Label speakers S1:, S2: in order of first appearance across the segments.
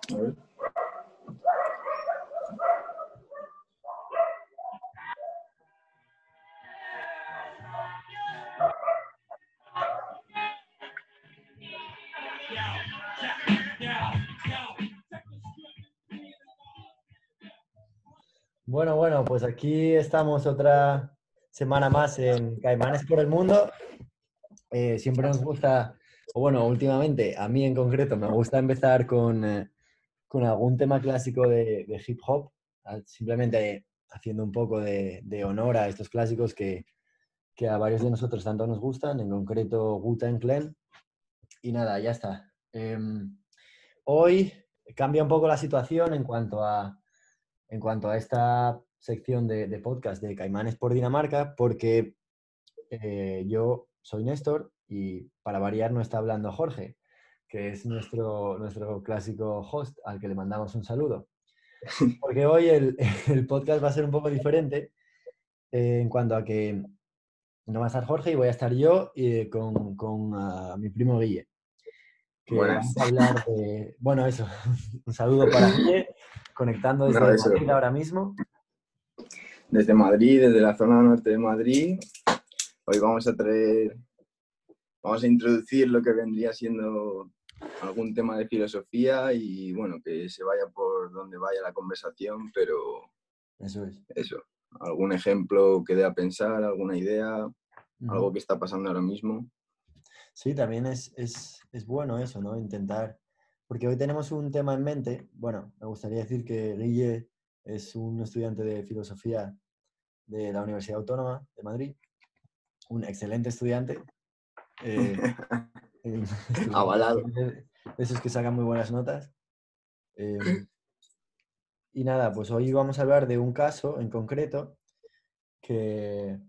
S1: A ver.
S2: Bueno, pues aquí estamos otra semana más en Caimanes por el Mundo. Siempre nos gusta, o bueno, últimamente, a mí en concreto, me gusta empezar con algún tema clásico de hip hop, simplemente haciendo un poco de honor a estos clásicos que a varios de nosotros tanto nos gustan, en concreto Wu-Tang Clan. Y nada, ya está. Hoy cambia un poco la situación en cuanto a esta sección de podcast de Caimanes por Dinamarca, porque yo soy Néstor y para variar no está hablando Jorge, que es nuestro clásico host al que le mandamos un saludo. Porque hoy el podcast va a ser un poco diferente en cuanto a que no va a estar Jorge y voy a estar yo con mi primo Guille, que
S1: Buenas.
S2: vamos a hablar de, bueno, eso, un saludo para Guille, conectando
S1: No,
S2: desde
S1: eso.
S2: Madrid ahora mismo.
S1: Desde Madrid, desde la zona norte de Madrid, hoy vamos a introducir lo que vendría siendo algún tema de filosofía y bueno, que se vaya por donde vaya la conversación, pero
S2: Eso es.
S1: eso, algún ejemplo que dé a pensar, alguna idea, algo que está pasando ahora mismo.
S2: Sí, también es bueno eso, ¿no? Intentar, porque hoy tenemos un tema en mente. Bueno, me gustaría decir que Guille es un estudiante de filosofía de la Universidad Autónoma de Madrid, un excelente estudiante,
S1: Avalado.
S2: de esos que sacan muy buenas notas. Eh, y nada, pues hoy vamos a hablar de un caso en concreto que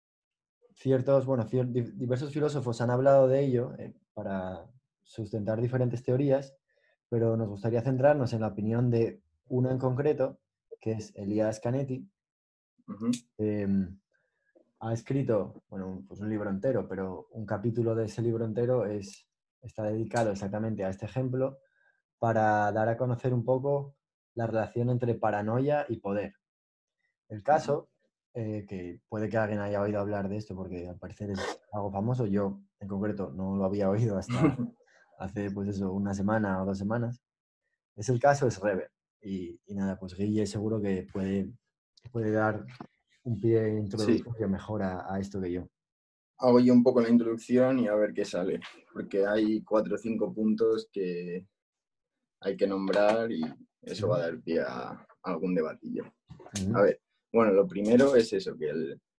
S2: diversos filósofos han hablado de ello para sustentar diferentes teorías, pero nos gustaría centrarnos en la opinión de uno en concreto, que es Elias Canetti.
S1: Uh-huh.
S2: Ha escrito, bueno, pues un libro entero, pero un capítulo de ese libro entero está dedicado exactamente a este ejemplo para dar a conocer un poco la relación entre paranoia y poder. El caso, que puede que alguien haya oído hablar de esto porque al parecer es algo famoso, yo en concreto no lo había oído hasta hace pues eso, una semana o 2 semanas, es el caso es Rever. Y nada, pues Guille seguro que puede dar un pie
S1: Sí,
S2: introductorio mejor a esto que yo.
S1: hago yo un poco la introducción y a ver qué sale, porque hay 4 o 5 puntos que hay que nombrar y eso va a dar pie a algún debatillo. A ver, bueno, lo primero es eso, que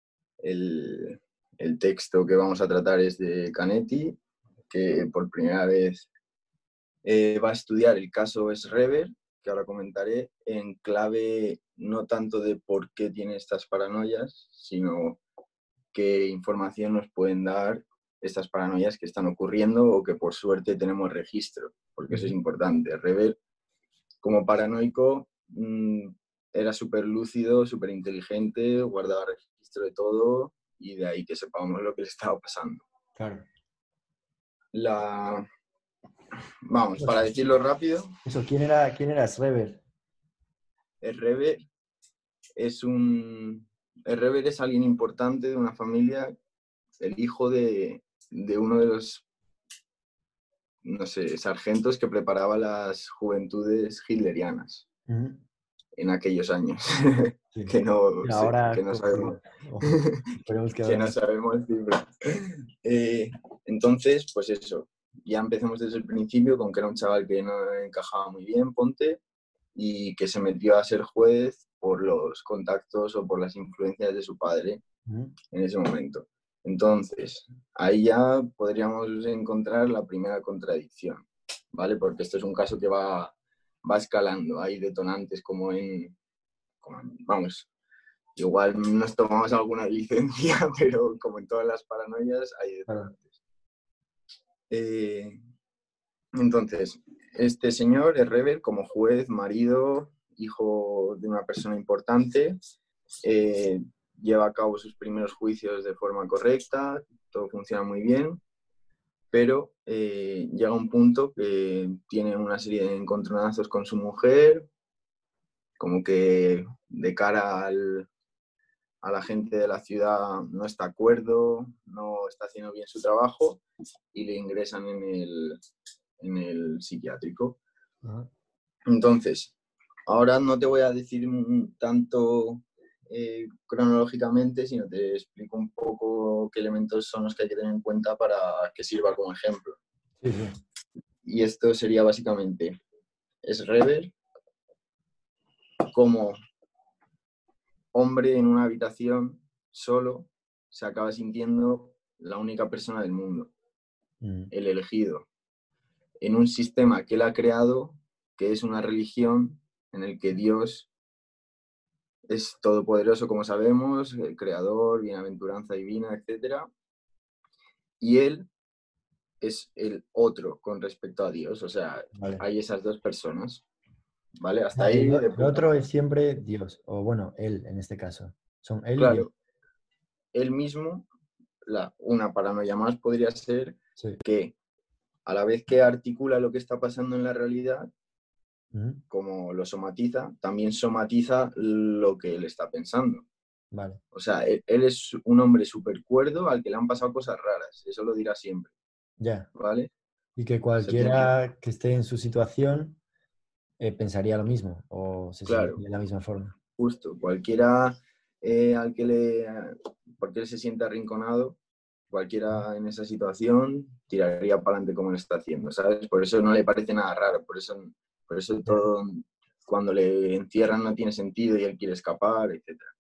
S1: el texto que vamos a tratar es de Canetti, que por primera vez va a estudiar el caso Schreber, que ahora comentaré, en clave no tanto de por qué tiene estas paranoias, sino qué información nos pueden dar estas paranoias que están ocurriendo o que por suerte tenemos registro, porque eso es importante. Schreber, como paranoico, era súper lúcido, súper inteligente, guardaba registro de todo y de ahí que sepamos lo que le estaba pasando.
S2: Claro.
S1: Vamos, para decirlo rápido.
S2: Eso, ¿quién era Schreber?
S1: Schreber es alguien importante de una familia, el hijo de uno de los, no sé, sargentos que preparaba las juventudes hitlerianas en aquellos años.
S2: Sí.
S1: que no,
S2: Y ahora,
S1: que no sabemos.
S2: esperemos que
S1: que
S2: ahora
S1: no
S2: no.
S1: sabemos cifras. Entonces, pues eso, ya empezamos desde el principio con que era un chaval que no encajaba muy bien, ponte, y que se metió a ser juez por los contactos o por las influencias de su padre en ese momento. Entonces, ahí ya podríamos encontrar la primera contradicción, ¿vale? Porque esto es un caso que va escalando. Hay detonantes vamos, igual nos tomamos alguna licencia, pero como en todas las paranoias hay detonantes. Entonces, este señor, Schreber, como juez, marido, hijo de una persona importante, lleva a cabo sus primeros juicios de forma correcta, todo funciona muy bien, pero llega un punto que tiene una serie de encontronazos con su mujer, como que de cara a la gente de la ciudad no está de acuerdo, no está haciendo bien su trabajo y le ingresan en el psiquiátrico.
S2: Ajá.
S1: Entonces, ahora no te voy a decir tanto cronológicamente, sino te explico un poco qué elementos son los que hay que tener en cuenta para que sirva como ejemplo.
S2: Sí, sí.
S1: Y esto sería básicamente, es Rever como hombre en una habitación solo se acaba sintiendo la única persona del mundo, el elegido, en un sistema que él ha creado, que es una religión en el que Dios es todopoderoso, como sabemos, el creador, bienaventuranza divina, etc. Y él es el otro con respecto a Dios, o sea,
S2: Vale.
S1: hay esas dos personas, ¿vale? Hasta
S2: Ah,
S1: ahí de
S2: el
S1: puta
S2: otro
S1: madre.
S2: es siempre Dios, o bueno, él en este caso. Son él y Dios.
S1: Claro, él mismo, una paranoia más podría ser
S2: Sí.
S1: que a la vez que articula lo que está pasando en la realidad,
S2: Ujú.
S1: como lo somatiza, también somatiza lo que él está pensando.
S2: Vale.
S1: O sea, él es un hombre súper cuerdo al que le han pasado cosas raras, eso lo dirá siempre,
S2: Ya.
S1: ¿vale?
S2: Y que
S1: Se tiene,
S2: cualquiera que esté en su situación pensaría lo mismo o se
S1: claro,
S2: sentiría de la misma forma.
S1: justo, cualquiera al que porque él se siente arrinconado, cualquiera en esa situación tiraría para adelante como lo está haciendo, ¿sabes? Por eso no le parece nada raro, por eso
S2: Ya.
S1: todo, cuando le encierran no tiene sentido y él quiere escapar, etcétera.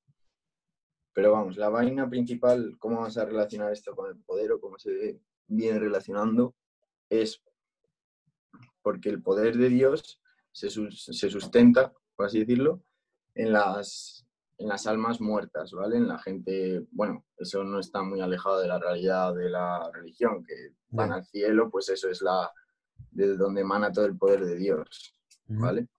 S1: Pero vamos, la vaina principal, cómo vamos a relacionar esto con el poder o cómo se viene relacionando, es porque el poder de Dios se sustenta, por así decirlo, en las almas muertas, ¿vale? En la gente, bueno, eso no está muy alejado de la realidad de la religión, que van
S2: Ya.
S1: al cielo, pues eso es desde donde emana todo el poder de Dios,
S2: Ujú.
S1: ¿vale?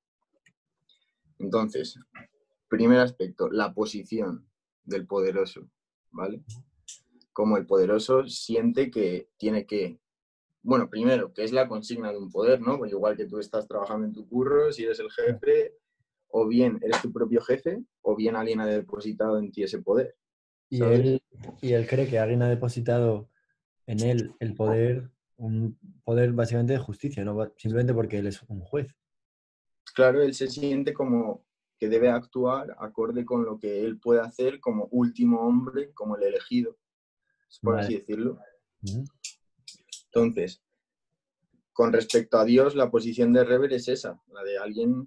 S1: Entonces, primer aspecto, la posición del poderoso, ¿vale? Como el poderoso siente que tiene que, bueno, primero, que es la consigna de un poder, ¿no? Pues igual que tú estás trabajando en tu curro, si eres el jefe, o bien eres tu propio jefe, o bien alguien ha depositado en ti ese poder,
S2: Y
S1: ¿sabes?
S2: él, y él cree que alguien ha depositado en él el poder, un poder básicamente de justicia, no simplemente porque él es un juez.
S1: Claro, él se siente como que debe actuar acorde con lo que él puede hacer como último hombre, como el elegido, por
S2: Vale.
S1: así decirlo.
S2: Ujú.
S1: Entonces, con respecto a Dios, la posición de Rever es esa, la de alguien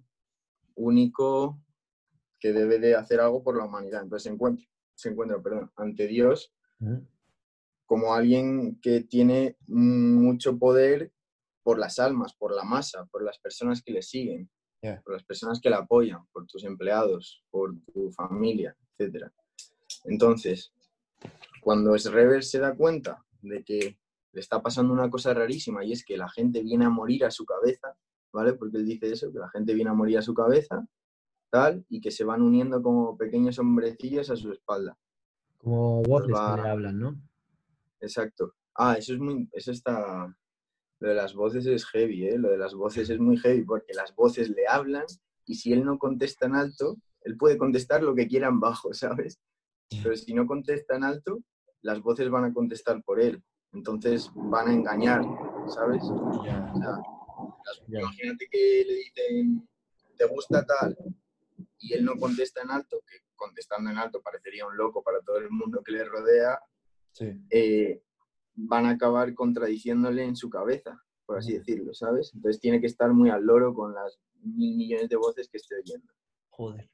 S1: único que debe de hacer algo por la humanidad. Entonces se encuentra ante Dios
S2: Ujú.
S1: como alguien que tiene mucho poder por las almas, por la masa, por las personas que le siguen,
S2: Ya.
S1: por las personas que le apoyan, por tus empleados, por tu familia, etc. Entonces, cuando Schreber se da cuenta de que le está pasando una cosa rarísima y es que la gente viene a morir a su cabeza, ¿vale? Porque él dice eso, que la gente viene a morir a su cabeza, tal, y que se van uniendo como pequeños hombrecillos a su espalda.
S2: Como
S1: Los
S2: voces que le
S1: va,
S2: hablan, ¿no?
S1: exacto. Ah, eso está, lo de las voces es heavy, ¿eh? Lo de las voces es muy heavy porque las voces le hablan y si él no contesta en alto, él puede contestar lo que quiera en bajo, ¿sabes? Pero si no contesta en alto, las voces van a contestar por él. Entonces van a engañar, ¿sabes?
S2: Ya,
S1: O sea,
S2: ya.
S1: imagínate que le dicen, ¿te gusta tal? Y él no contesta en alto, que contestando en alto parecería un loco para todo el mundo que le rodea,
S2: Sí.
S1: van a acabar contradiciéndole en su cabeza, por así
S2: Ujú.
S1: decirlo, ¿sabes? Entonces tiene que estar muy al loro con las 1.000 millones de voces que esté oyendo.
S2: Joder.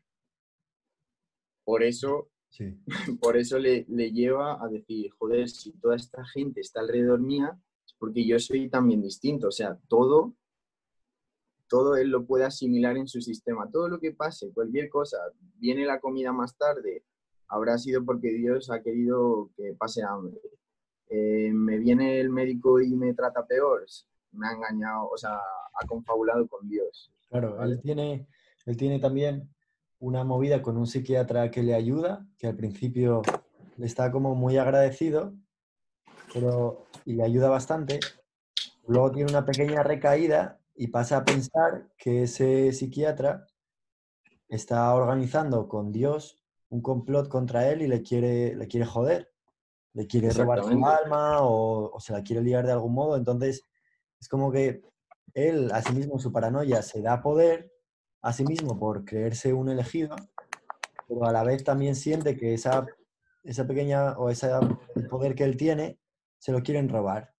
S1: Por eso,
S2: Sí.
S1: por eso le lleva a decir, joder, si toda esta gente está alrededor mía, es porque yo soy también distinto. O sea, todo él lo puede asimilar en su sistema. Todo lo que pase, cualquier cosa, viene la comida más tarde, habrá sido porque Dios ha querido que pase hambre. Me viene el médico y me trata peor, me ha engañado, o sea, ha confabulado con Dios,
S2: Claro,
S1: ¿vale?
S2: él tiene también una movida con un psiquiatra que le ayuda, que al principio le está como muy agradecido, pero y le ayuda bastante, Luego tiene una pequeña recaída y pasa a pensar que ese psiquiatra está organizando con Dios un complot contra él y le quiere joder, le quiere robar su
S1: Exactamente,
S2: alma o se la quiere liar de algún modo. Entonces, es como que él, a sí mismo, su paranoia, se da poder a sí mismo por creerse un elegido, pero a la vez también siente que esa pequeña o el poder que él tiene se lo quieren robar.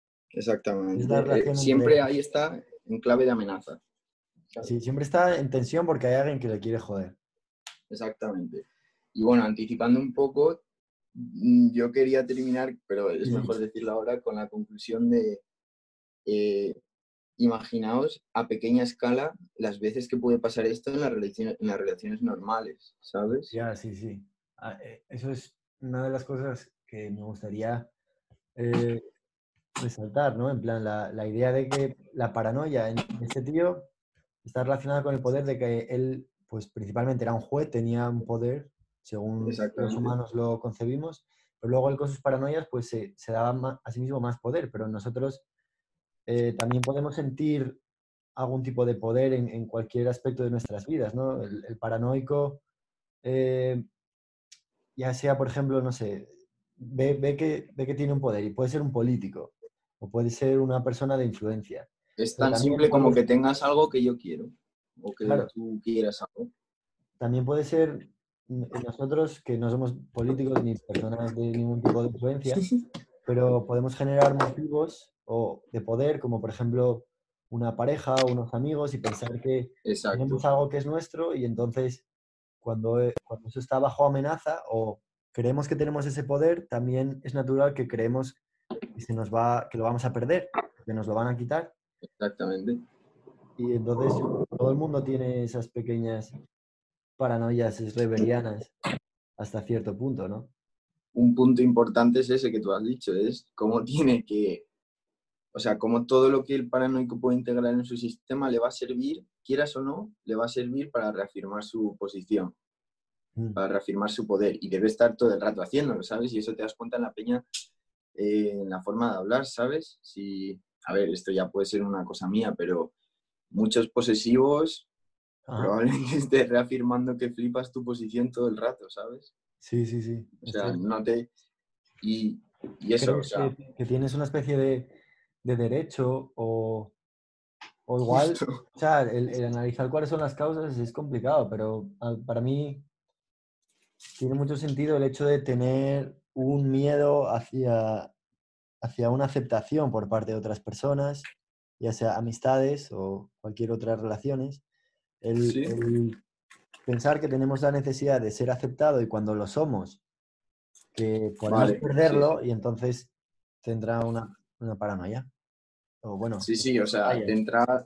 S2: Es la
S1: exactamente.
S2: relación entre...
S1: Siempre ahí está en clave de amenaza,
S2: Sí,
S1: ¿sabes?
S2: siempre está en tensión porque hay alguien que le quiere joder.
S1: Exactamente. Y bueno, anticipando un poco, yo quería terminar, pero es
S2: Sí,
S1: mejor
S2: sí.
S1: decirlo ahora, con la conclusión de, eh, imaginaos a pequeña escala las veces que puede pasar esto en las relaciones normales, ¿sabes?
S2: Ya, sí, sí. Eso es una de las cosas que me gustaría eh, resaltar, ¿no? En plan, la idea de que la paranoia en este tío está relacionada con el poder de que él, pues principalmente era un juez, tenía un poder, según los
S1: Exactamente,
S2: humanos lo concebimos, pero luego él con sus paranoias, pues se daba a sí mismo más poder, pero nosotros también podemos sentir algún tipo de poder en cualquier aspecto de nuestras vidas, ¿no? El paranoico, eh, ya sea, por ejemplo, no sé, ve que tiene un poder y puede ser un político o puede ser una persona de influencia,
S1: es
S2: pero
S1: tan
S2: también
S1: simple
S2: puede,
S1: como que tengas algo que yo quiero o que
S2: claro,
S1: tú quieras algo.
S2: también puede ser nosotros que no somos políticos ni personas de ningún tipo de influencia, pero podemos generar motivos o de poder, como por ejemplo una pareja o unos amigos y pensar que tenemos
S1: Exacto,
S2: algo que es nuestro y entonces cuando eso está bajo amenaza o creemos que tenemos ese poder, también es natural que creemos que que lo vamos a perder, que nos lo van a quitar.
S1: exactamente.
S2: Y entonces todo el mundo tiene esas pequeñas paranoias rebelianas hasta cierto punto, ¿no?
S1: Un punto importante es ese que tú has dicho, es cómo tiene que, o sea, cómo todo lo que el paranoico puede integrar en su sistema le va a servir, quieras o no, le va a servir para reafirmar su posición,
S2: Mm,
S1: para reafirmar su poder y debe estar todo el rato haciéndolo, ¿sabes? Y eso te das cuenta en la peña, en la forma de hablar, ¿sabes? Si, a ver, esto ya puede ser una cosa mía, pero muchos posesivos
S2: ajá.
S1: probablemente estés reafirmando que flipas tu posición todo el rato, ¿sabes?
S2: Sí, sí, sí,
S1: O
S2: es
S1: sea,
S2: cierto.
S1: no te... Y, y eso, o
S2: ¿Crees
S1: sea,
S2: que tienes una especie de derecho o igual,
S1: justo,
S2: o sea, el analizar cuáles son las causas es complicado, pero para mí tiene mucho sentido el hecho de tener un miedo hacia una aceptación por parte de otras personas, ya sea amistades o cualquier otra relaciones.
S1: sí,
S2: El pensar que tenemos la necesidad de ser aceptado y cuando lo somos, que podemos
S1: vale, sí.
S2: perderlo y entonces tendrá una paranoia. O bueno,
S1: Sí, sí, o sea,
S2: vaya.
S1: de entrada,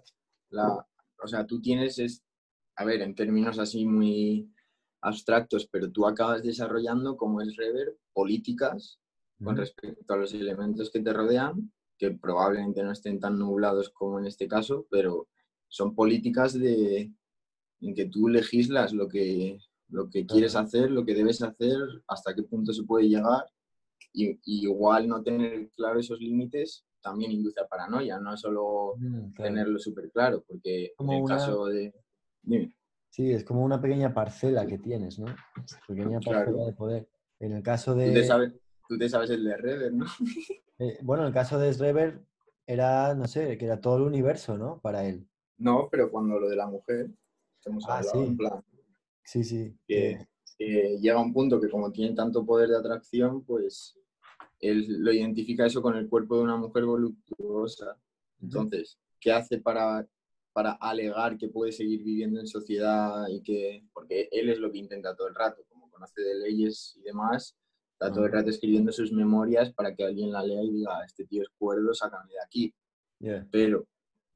S1: o sea, tú tienes, a ver, en términos así muy abstractos, pero tú acabas desarrollando, como es Rever, políticas con
S2: Ujú.
S1: respecto a los elementos que te rodean, que probablemente no estén tan nublados como en este caso, pero son políticas en que tú legislas lo que quieres
S2: Claro.
S1: hacer, lo que debes hacer, hasta qué punto se puede llegar y igual no tener claro esos límites también induce a paranoia, no solo
S2: Claro.
S1: tenerlo súper claro, porque en
S2: Como
S1: el
S2: una,
S1: caso de... Dime,
S2: sí, es como una pequeña parcela que tienes, ¿no? Pequeña parcela
S1: claro,
S2: de poder. En el caso
S1: tú te
S2: de,
S1: sabes, tú te sabes el de Rever, ¿no?
S2: bueno, en el caso de Schreber era, no sé, que era todo el universo, ¿no? Para él.
S1: No, pero cuando lo de la mujer, hemos
S2: Ah,
S1: hablado en
S2: sí,
S1: plan
S2: sí, sí,
S1: que, que llega un punto que como tiene tanto poder de atracción, pues él lo identifica eso con el cuerpo de una mujer voluptuosa.
S2: Ujú.
S1: Entonces, ¿qué hace para alegar que puede seguir viviendo en sociedad y que, porque él es lo que intenta todo el rato, como conoce de leyes y demás, está todo el
S2: Ajá,
S1: rato escribiendo sus memorias para que alguien la lea y diga, este tío es cuerdo, sácame de aquí.
S2: ya.
S1: Pero,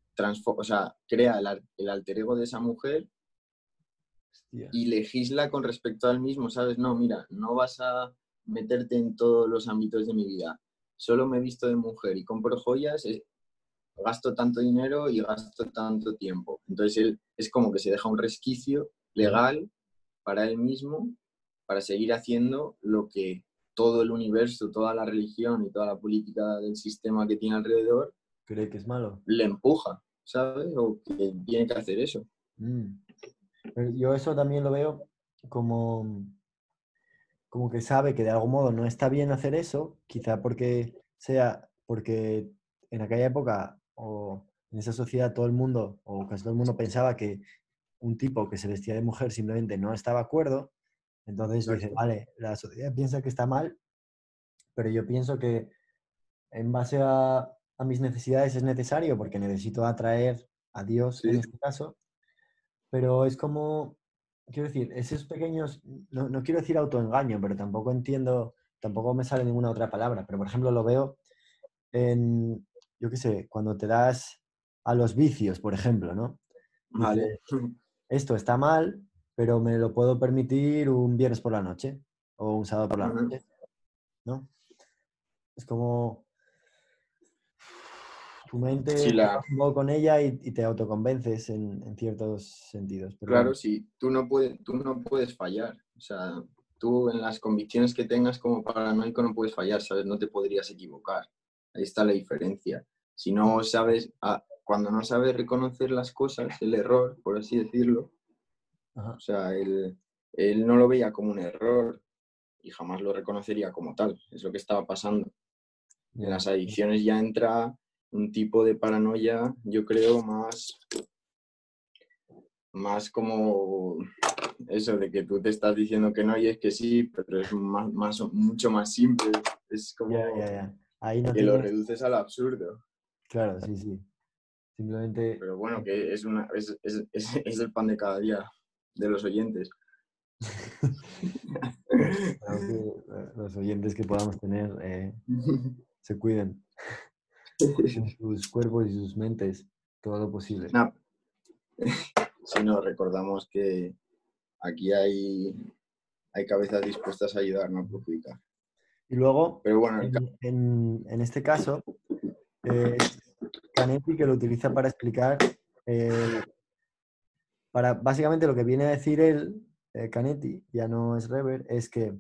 S1: o sea, crea el alter ego de esa mujer
S2: Hostia.
S1: y legisla con respecto al mismo, ¿sabes? No, mira, no vas a meterte en todos los ámbitos de mi vida. Solo me he visto de mujer y compro joyas, gasto tanto dinero y gasto tanto tiempo. Entonces él es como que se deja un resquicio
S2: Ujú.
S1: legal para él mismo para seguir haciendo lo que todo el universo, toda la religión y toda la política del sistema que tiene alrededor
S2: cree que es malo.
S1: le empuja, ¿sabes? O que tiene que hacer eso.
S2: Mm. Pero yo eso también lo veo como, como que sabe que de algún modo no está bien hacer eso, quizá porque en aquella época o en esa sociedad todo el mundo o casi todo el mundo pensaba que un tipo que se vestía de mujer simplemente no estaba de acuerdo, entonces dice,
S1: Exacto.
S2: vale, la sociedad piensa que está mal, pero yo pienso que en base a mis necesidades es necesario porque necesito atraer a Dios en
S1: Sí.
S2: este caso, pero es como, quiero decir, esos pequeños, no quiero decir autoengaño, pero tampoco entiendo, tampoco me sale ninguna otra palabra, pero por ejemplo lo veo en, yo qué sé, cuando te das a los vicios, por ejemplo, ¿no?
S1: Vale.
S2: Dices, esto está mal, pero me lo puedo permitir un viernes por la noche o un sábado por la
S1: Ujú.
S2: noche, ¿no? Es como tu
S1: Sí,
S2: mente juega un poco con ella y te autoconvences en ciertos sentidos, pero bueno.
S1: claro, sí, tú no puedes fallar. O sea, tú en las convicciones que tengas como paranoico no puedes fallar, ¿sabes? No te podrías equivocar. Ahí está la diferencia. Si no sabes, cuando no sabes reconocer las cosas, el error, por así decirlo, o
S2: Ajá,
S1: sea, él no lo veía como un error y jamás lo reconocería como tal. Es lo que estaba pasando. En
S2: ya.
S1: las adicciones ya entra un tipo de paranoia, yo creo, más como eso de que tú te estás diciendo que no y es que sí, pero es mucho más simple. Es
S2: Ya,
S1: como
S2: ya, ya. Ahí no
S1: que lo
S2: tienes,
S1: reduces al absurdo.
S2: claro, sí, sí. Simplemente
S1: Pero bueno, que es el pan de cada día de los oyentes.
S2: espero que los oyentes que podamos tener se cuiden en sus cuerpos y sus mentes todo lo posible.
S1: Nah, si no, recordamos que aquí hay cabezas dispuestas a ayudar, no a perjudicar.
S2: Y luego,
S1: Pero bueno,
S2: en este caso, es Canetti que lo utiliza para explicar, eh, para básicamente lo que viene a decir él, Canetti, ya no es Rever, es que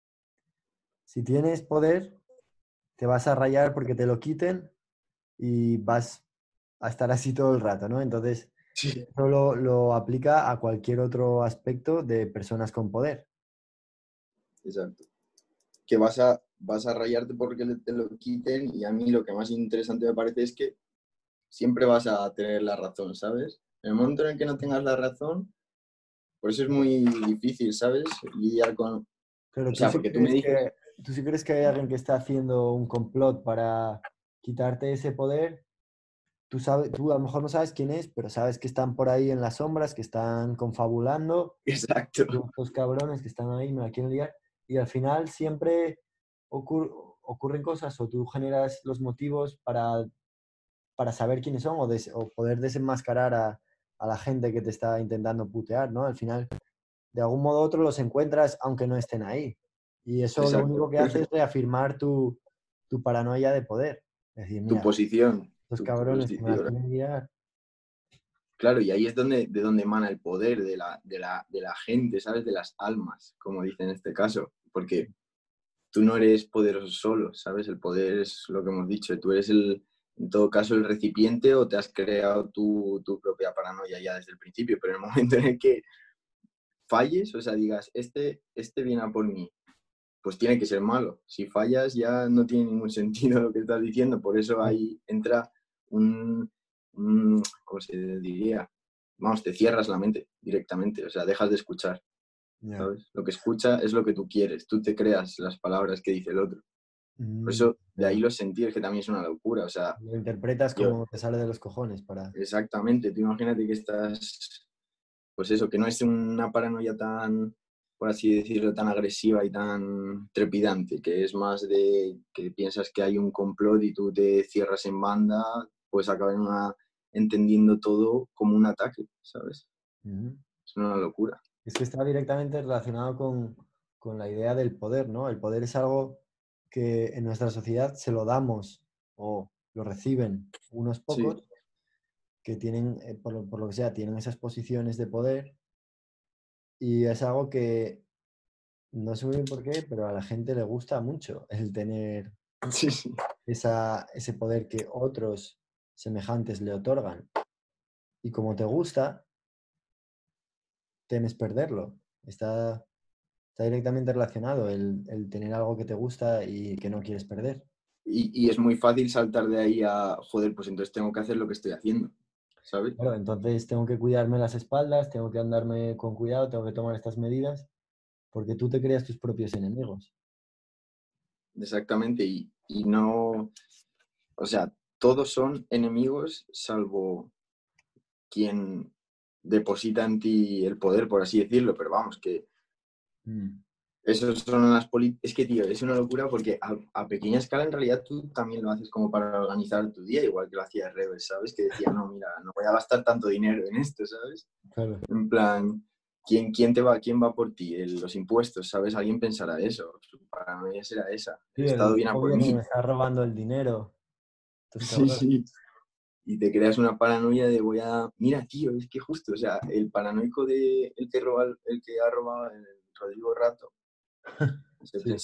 S2: si tienes poder, te vas a rayar porque te lo quiten y vas a estar así todo el rato, ¿no? Entonces,
S1: sí,
S2: eso lo aplica a cualquier otro aspecto de personas con poder.
S1: exacto. Que vas a rayarte porque te lo quiten y a mí lo que más interesante me parece es que siempre vas a tener la razón, ¿sabes? En el momento en el que no tengas la razón, por eso es muy difícil, ¿sabes? Lidiar con...
S2: Pero
S1: O sea, porque tú me dices,
S2: tú sí crees que hay alguien que está haciendo un complot para quitarte ese poder. Tú sabes, tú a lo mejor no sabes quién es, pero sabes que están por ahí en las sombras, que están confabulando,
S1: exacto,
S2: estos cabrones que están ahí, me la quieren liar, y al final siempre ocurren cosas o tú generas los motivos para saber quiénes son o poder desenmascarar a la gente que te está intentando putear, ¿no? Al final, de algún modo u otro los encuentras aunque no estén ahí. Y eso lo
S1: exacto.
S2: único que hace es reafirmar tu paranoia de poder. Es decir,
S1: Tu
S2: mira,
S1: posición,
S2: estos
S1: tu
S2: cabrones que me la
S1: posición.
S2: quieren liar.
S1: Claro, y ahí es de donde emana el poder de la gente, ¿sabes? De las almas, como dice en este caso. Porque tú no eres poderoso solo, ¿sabes? El poder es lo que hemos dicho. Tú eres en todo caso, el recipiente o te has creado tu propia paranoia ya desde el principio. Pero en el momento en el que falles, o sea, digas, este viene a por mí, pues tiene que ser malo. Si fallas ya no tiene ningún sentido lo que estás diciendo. Por eso ahí entra un, ¿cómo se diría? Vamos, te cierras la mente directamente, o sea, dejas de escuchar,
S2: Ya.
S1: ¿sabes? Lo que escucha es lo que tú quieres, tú te creas las palabras que dice el otro. Por
S2: Mm,
S1: eso, de ahí
S2: ya.
S1: los sentir, que también es una locura, o sea,
S2: Lo interpretas
S1: yo,
S2: como te sale de los cojones para...
S1: exactamente, tú imagínate que estás, pues eso, que no es una paranoia tan, por así decirlo, tan agresiva y tan trepidante, que es más de que piensas que hay un complot y tú te cierras en banda, pues acabar entendiendo todo como un ataque, ¿sabes?
S2: Ujú.
S1: Es una locura.
S2: Es que está directamente relacionado con la idea del poder, ¿no? El poder es algo que en nuestra sociedad se lo damos o lo reciben unos
S1: Sí,
S2: pocos que tienen, por lo que sea, tienen esas posiciones de poder y es algo que no sé muy bien por qué, pero a la gente le gusta mucho el tener
S1: sí, sí.
S2: ese poder que otros semejantes le otorgan. Y como te gusta, temes perderlo. Está directamente relacionado el tener algo que te gusta y que no quieres perder.
S1: Y es muy fácil saltar de ahí a, joder, pues entonces tengo que hacer lo que estoy haciendo, ¿sabes?
S2: Claro, entonces tengo que cuidarme las espaldas, tengo que andarme con cuidado, tengo que tomar estas medidas, porque tú te creas tus propios enemigos.
S1: Exactamente. Y no, o sea, todos son enemigos salvo quien deposita en ti el poder, por así decirlo, pero vamos, que
S2: Mm.
S1: esos son las políticas. Es que, tío, es una locura porque a pequeña escala en realidad tú también lo haces como para organizar tu día, igual que lo hacía Reves, ¿sabes? Que decía, no, mira, no voy a gastar tanto dinero en esto, ¿sabes?
S2: Claro.
S1: En plan, quién va por ti? Los impuestos, ¿sabes? Alguien pensará eso. Su paranoia será esa. El
S2: Sí,
S1: Estado
S2: el
S1: viene a por
S2: gobierno
S1: mí.
S2: me está robando el dinero. Estos
S1: Sí,
S2: cabrones.
S1: sí. Y te creas una paranoia de voy a... Mira, tío, es que justo, o sea, el paranoico de el que ha robado el Rodrigo Rato,
S2: Sí.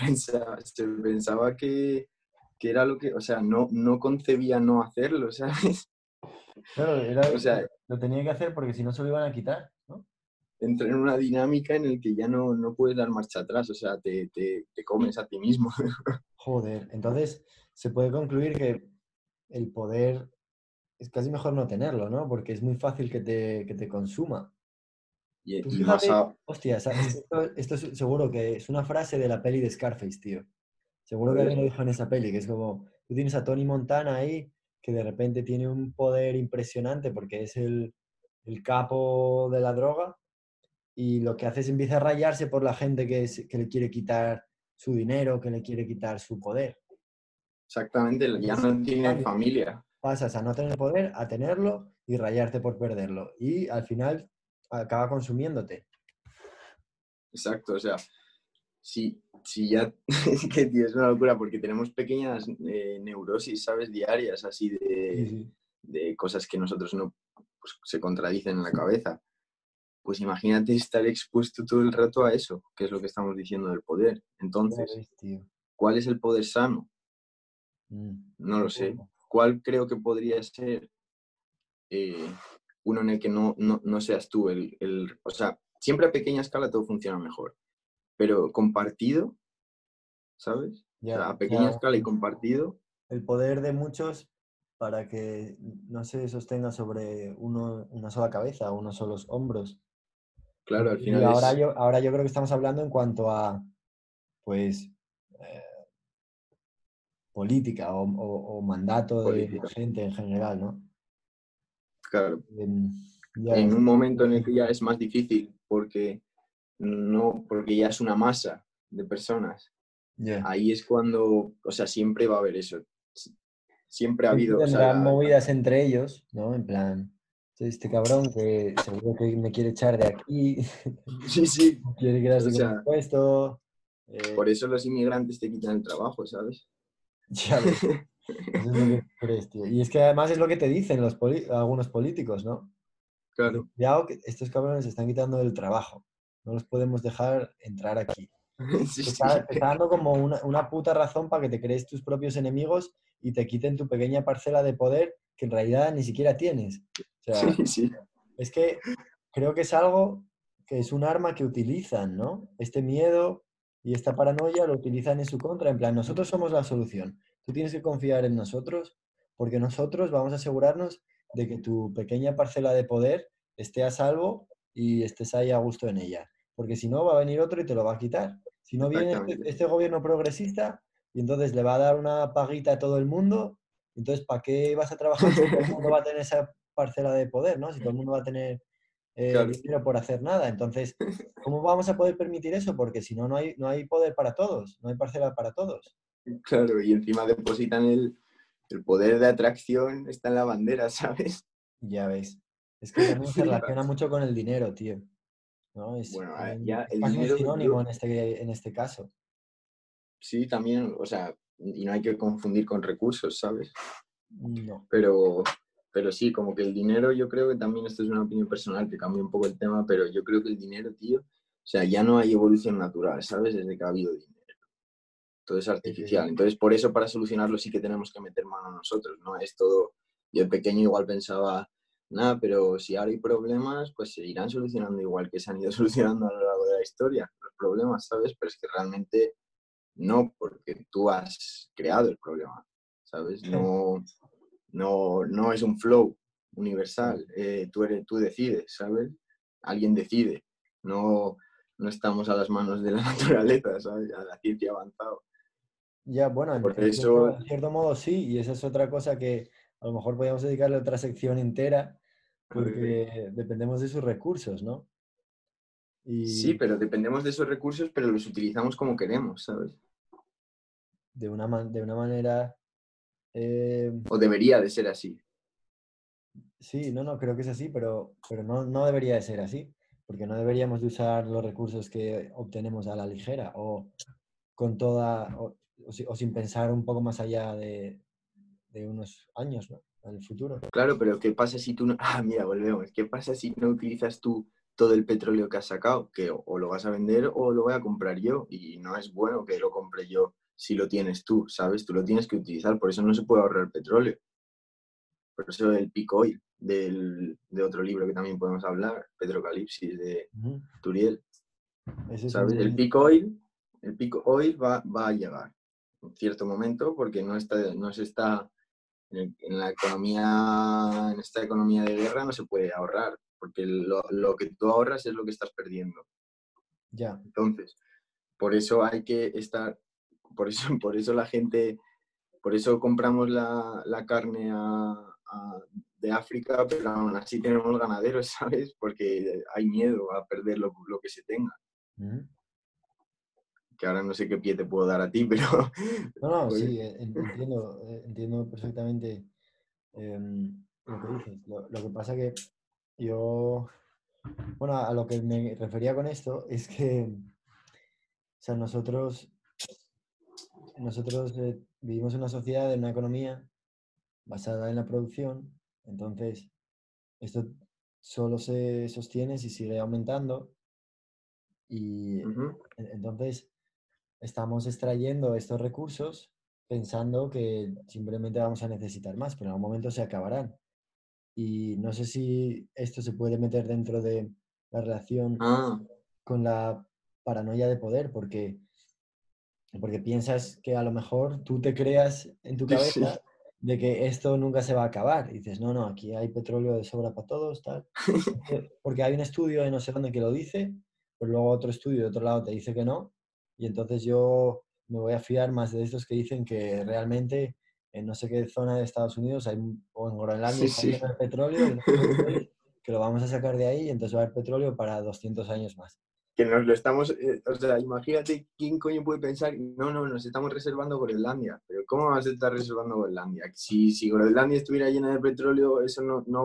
S1: se pensaba que era lo que, o sea, no concebía no hacerlo, ¿sabes?
S2: Claro,
S1: O sea,
S2: lo tenía que hacer porque si no se lo iban a quitar, ¿no?
S1: entra en una dinámica en la que ya no puedes dar marcha atrás, o sea, te comes a ti mismo.
S2: Joder, entonces se puede concluir que el poder es casi mejor no tenerlo, ¿no? Porque es muy fácil que te consuma. Tú
S1: Y más
S2: fíjate,
S1: a...
S2: hostia, es que esto seguro que es una frase de la peli de Scarface, tío.
S1: A
S2: Seguro que alguien
S1: ver,
S2: lo dijo en esa peli, que es como, tú tienes a Tony Montana ahí, que de repente tiene un poder impresionante porque es el capo de la droga, y lo que hace es empieza a rayarse por la gente que le quiere quitar su dinero, que le quiere quitar su poder.
S1: exactamente, ya
S2: Entonces,
S1: no tiene
S2: cambio,
S1: familia.
S2: pasas a no tener poder, a tenerlo y rayarte por perderlo. Y al final acaba consumiéndote.
S1: Exacto, o sea, si ya, es que tío, es una locura porque tenemos pequeñas neurosis, ¿sabes? Diarias, así
S2: Sí, sí.
S1: de cosas que nosotros no, pues, se contradicen en la cabeza. Pues imagínate estar expuesto todo el rato a eso, que es lo que estamos diciendo del poder.
S2: Ya
S1: Entonces,
S2: ves, tío.
S1: ¿cuál es el poder sano? No lo sé.
S2: Ninguno.
S1: ¿Cuál creo que podría ser eh, uno en el que no seas tú o sea, siempre a pequeña escala todo funciona mejor, pero compartido, ¿sabes? O
S2: Ya,
S1: sea, a
S2: o sea,
S1: pequeña escala y compartido,
S2: el poder de muchos para que no se sostenga sobre una sola cabeza, unos solos hombros.
S1: claro, al
S2: Y
S1: final es
S2: ahora yo creo que estamos hablando en cuanto a, pues, eh, política o mandato de
S1: política.
S2: gente en general, ¿no?
S1: Claro,
S2: Ya
S1: en
S2: ves.
S1: un momento en el que ya es más difícil porque ya es una masa de personas,
S2: Ya.
S1: ahí es cuando, o sea, siempre va a haber eso. Siempre ha
S2: Siempre
S1: habido, o sea,
S2: tendrán movidas entre ellos, ¿no? En plan, este cabrón que seguro que me quiere echar de aquí,
S1: sí, sí,
S2: quiere
S1: o
S2: quedarse con el
S1: sea,
S2: puesto.
S1: por eso los inmigrantes te quitan el trabajo, ¿sabes?
S2: Ya ves. Eso es lo que crees, tío. Y es que además es lo que te dicen algunos políticos, ¿no? Dicen,
S1: Claro,
S2: cuidado que estos cabrones se están quitando el trabajo. No los podemos dejar entrar aquí.
S1: sí,
S2: Te
S1: sí,
S2: está dando como una puta razón para que te crees tus propios enemigos y te quiten tu pequeña parcela de poder que en realidad ni siquiera tienes. O sea,
S1: sí, sí,
S2: es que creo que es algo que es un arma que utilizan, ¿no? Este miedo y esta paranoia lo utilizan en su contra. En plan, nosotros somos la solución. Tú tienes que confiar en nosotros porque nosotros vamos a asegurarnos de que tu pequeña parcela de poder esté a salvo y estés ahí a gusto en ella. Porque si no, va a venir otro y te lo va a quitar. Si no viene
S1: exactamente.
S2: este gobierno progresista y entonces le va a dar una paguita a todo el mundo, entonces ¿para qué vas a trabajar si todo el mundo va a tener esa parcela de poder, ¿no? Si todo el mundo va a tener
S1: Claro,
S2: dinero por hacer nada. Entonces, ¿cómo vamos a poder permitir eso? Porque si no, no hay poder para todos, no hay parcela para todos.
S1: claro, y encima depositan el poder de atracción, está en la bandera, ¿sabes?
S2: Ya ves. Es que también se relaciona
S1: Flipas.
S2: mucho con el dinero, tío. ¿No?
S1: Bueno, ya
S2: Es
S1: el
S2: casi un
S1: dinero,
S2: sinónimo en este caso.
S1: sí, también, o sea, y no hay que confundir con recursos, ¿sabes?
S2: No.
S1: Pero, pero sí, como que el dinero, yo creo que también esto es una opinión personal que cambia un poco el tema, pero yo creo que el dinero, tío, o sea, ya no hay evolución natural, ¿sabes? Desde que ha habido dinero. Todo es
S2: Sí, sí, sí.
S1: artificial. Entonces, por eso, para solucionarlo, sí que tenemos que meter mano nosotros, ¿no? Es todo, Yo de pequeño igual pensaba, nada, pero si ahora hay problemas, pues se irán solucionando igual que se han ido solucionando a lo largo de la historia, los problemas, ¿sabes? Pero es que realmente no, porque tú has creado el problema, ¿sabes? No es un flow universal, tú decides, ¿sabes? Alguien decide, no, no estamos a las manos de la naturaleza, ¿sabes? A la ciencia avanzada.
S2: Ya, bueno,
S1: Por eso,
S2: en cierto modo sí, y esa es otra cosa que a lo mejor podríamos dedicarle otra sección entera, porque dependemos de sus recursos, ¿no?
S1: sí,
S2: Y
S1: pero dependemos de esos recursos, pero los utilizamos como queremos, ¿sabes?
S2: de una manera, eh,
S1: O debería de ser así.
S2: sí, no, creo que es así, pero no debería de ser así, porque no deberíamos de usar los recursos que obtenemos a la ligera o con toda, o sin pensar un poco más allá de unos años, ¿no? En el futuro.
S1: Claro, pero ¿qué pasa si tú no... Ah, mira, volvemos. ¿Qué pasa si no utilizas tú todo el petróleo que has sacado? Que o lo vas a vender o lo voy a comprar yo. Y no es bueno que lo compre yo si lo tienes tú, ¿sabes? Tú lo tienes que utilizar. Por eso no se puede ahorrar petróleo. Por eso el peak oil de otro libro que también podemos hablar, Petrocalipsis, de
S2: Ujú.
S1: Turiel.
S2: Ese es
S1: ¿Sabes?
S2: un...
S1: El peak oil va a llegar en cierto momento porque no se está en la economía, en esta economía de guerra no se puede ahorrar, porque lo que tú ahorras es lo que estás perdiendo.
S2: Ya.
S1: Entonces, por eso hay que estar, por eso la gente, por eso compramos la carne de África, pero aún así tenemos ganaderos, ¿sabes? Porque hay miedo a perder lo que se tenga.
S2: Ujú.
S1: Que ahora no sé qué pie te puedo dar a ti, pero
S2: No,
S1: pues,
S2: sí, entiendo perfectamente lo que dices. Lo que pasa que yo, bueno, a lo que me refería con esto es que, o sea, nosotros vivimos en una sociedad, en una economía basada en la producción, entonces esto solo se sostiene si sigue aumentando y
S1: ujú,
S2: entonces estamos extrayendo estos recursos pensando que simplemente vamos a necesitar más, pero en algún momento se acabarán. Y no sé si esto se puede meter dentro de la relación
S1: ah,
S2: con la paranoia de poder, porque piensas que a lo mejor tú te creas en tu
S1: sí, sí,
S2: cabeza de que esto nunca se va a acabar. Y dices, no, aquí hay petróleo de sobra para todos, tal. Porque hay un estudio de no sé dónde que lo dice, pero luego otro estudio de otro lado te dice que no. Y entonces yo me voy a fiar más de estos que dicen que realmente en no sé qué zona de Estados Unidos hay, o en Groenlandia
S1: sí,
S2: está lleno
S1: sí.
S2: de petróleo y no sé qué, que lo vamos a sacar de ahí y entonces va a haber petróleo para 200 años más.
S1: Que nos lo estamos, o sea, imagínate quién coño puede pensar, no, nos estamos reservando Groenlandia, pero ¿cómo vas a estar reservando Groenlandia? Si Groenlandia estuviera llena de petróleo, eso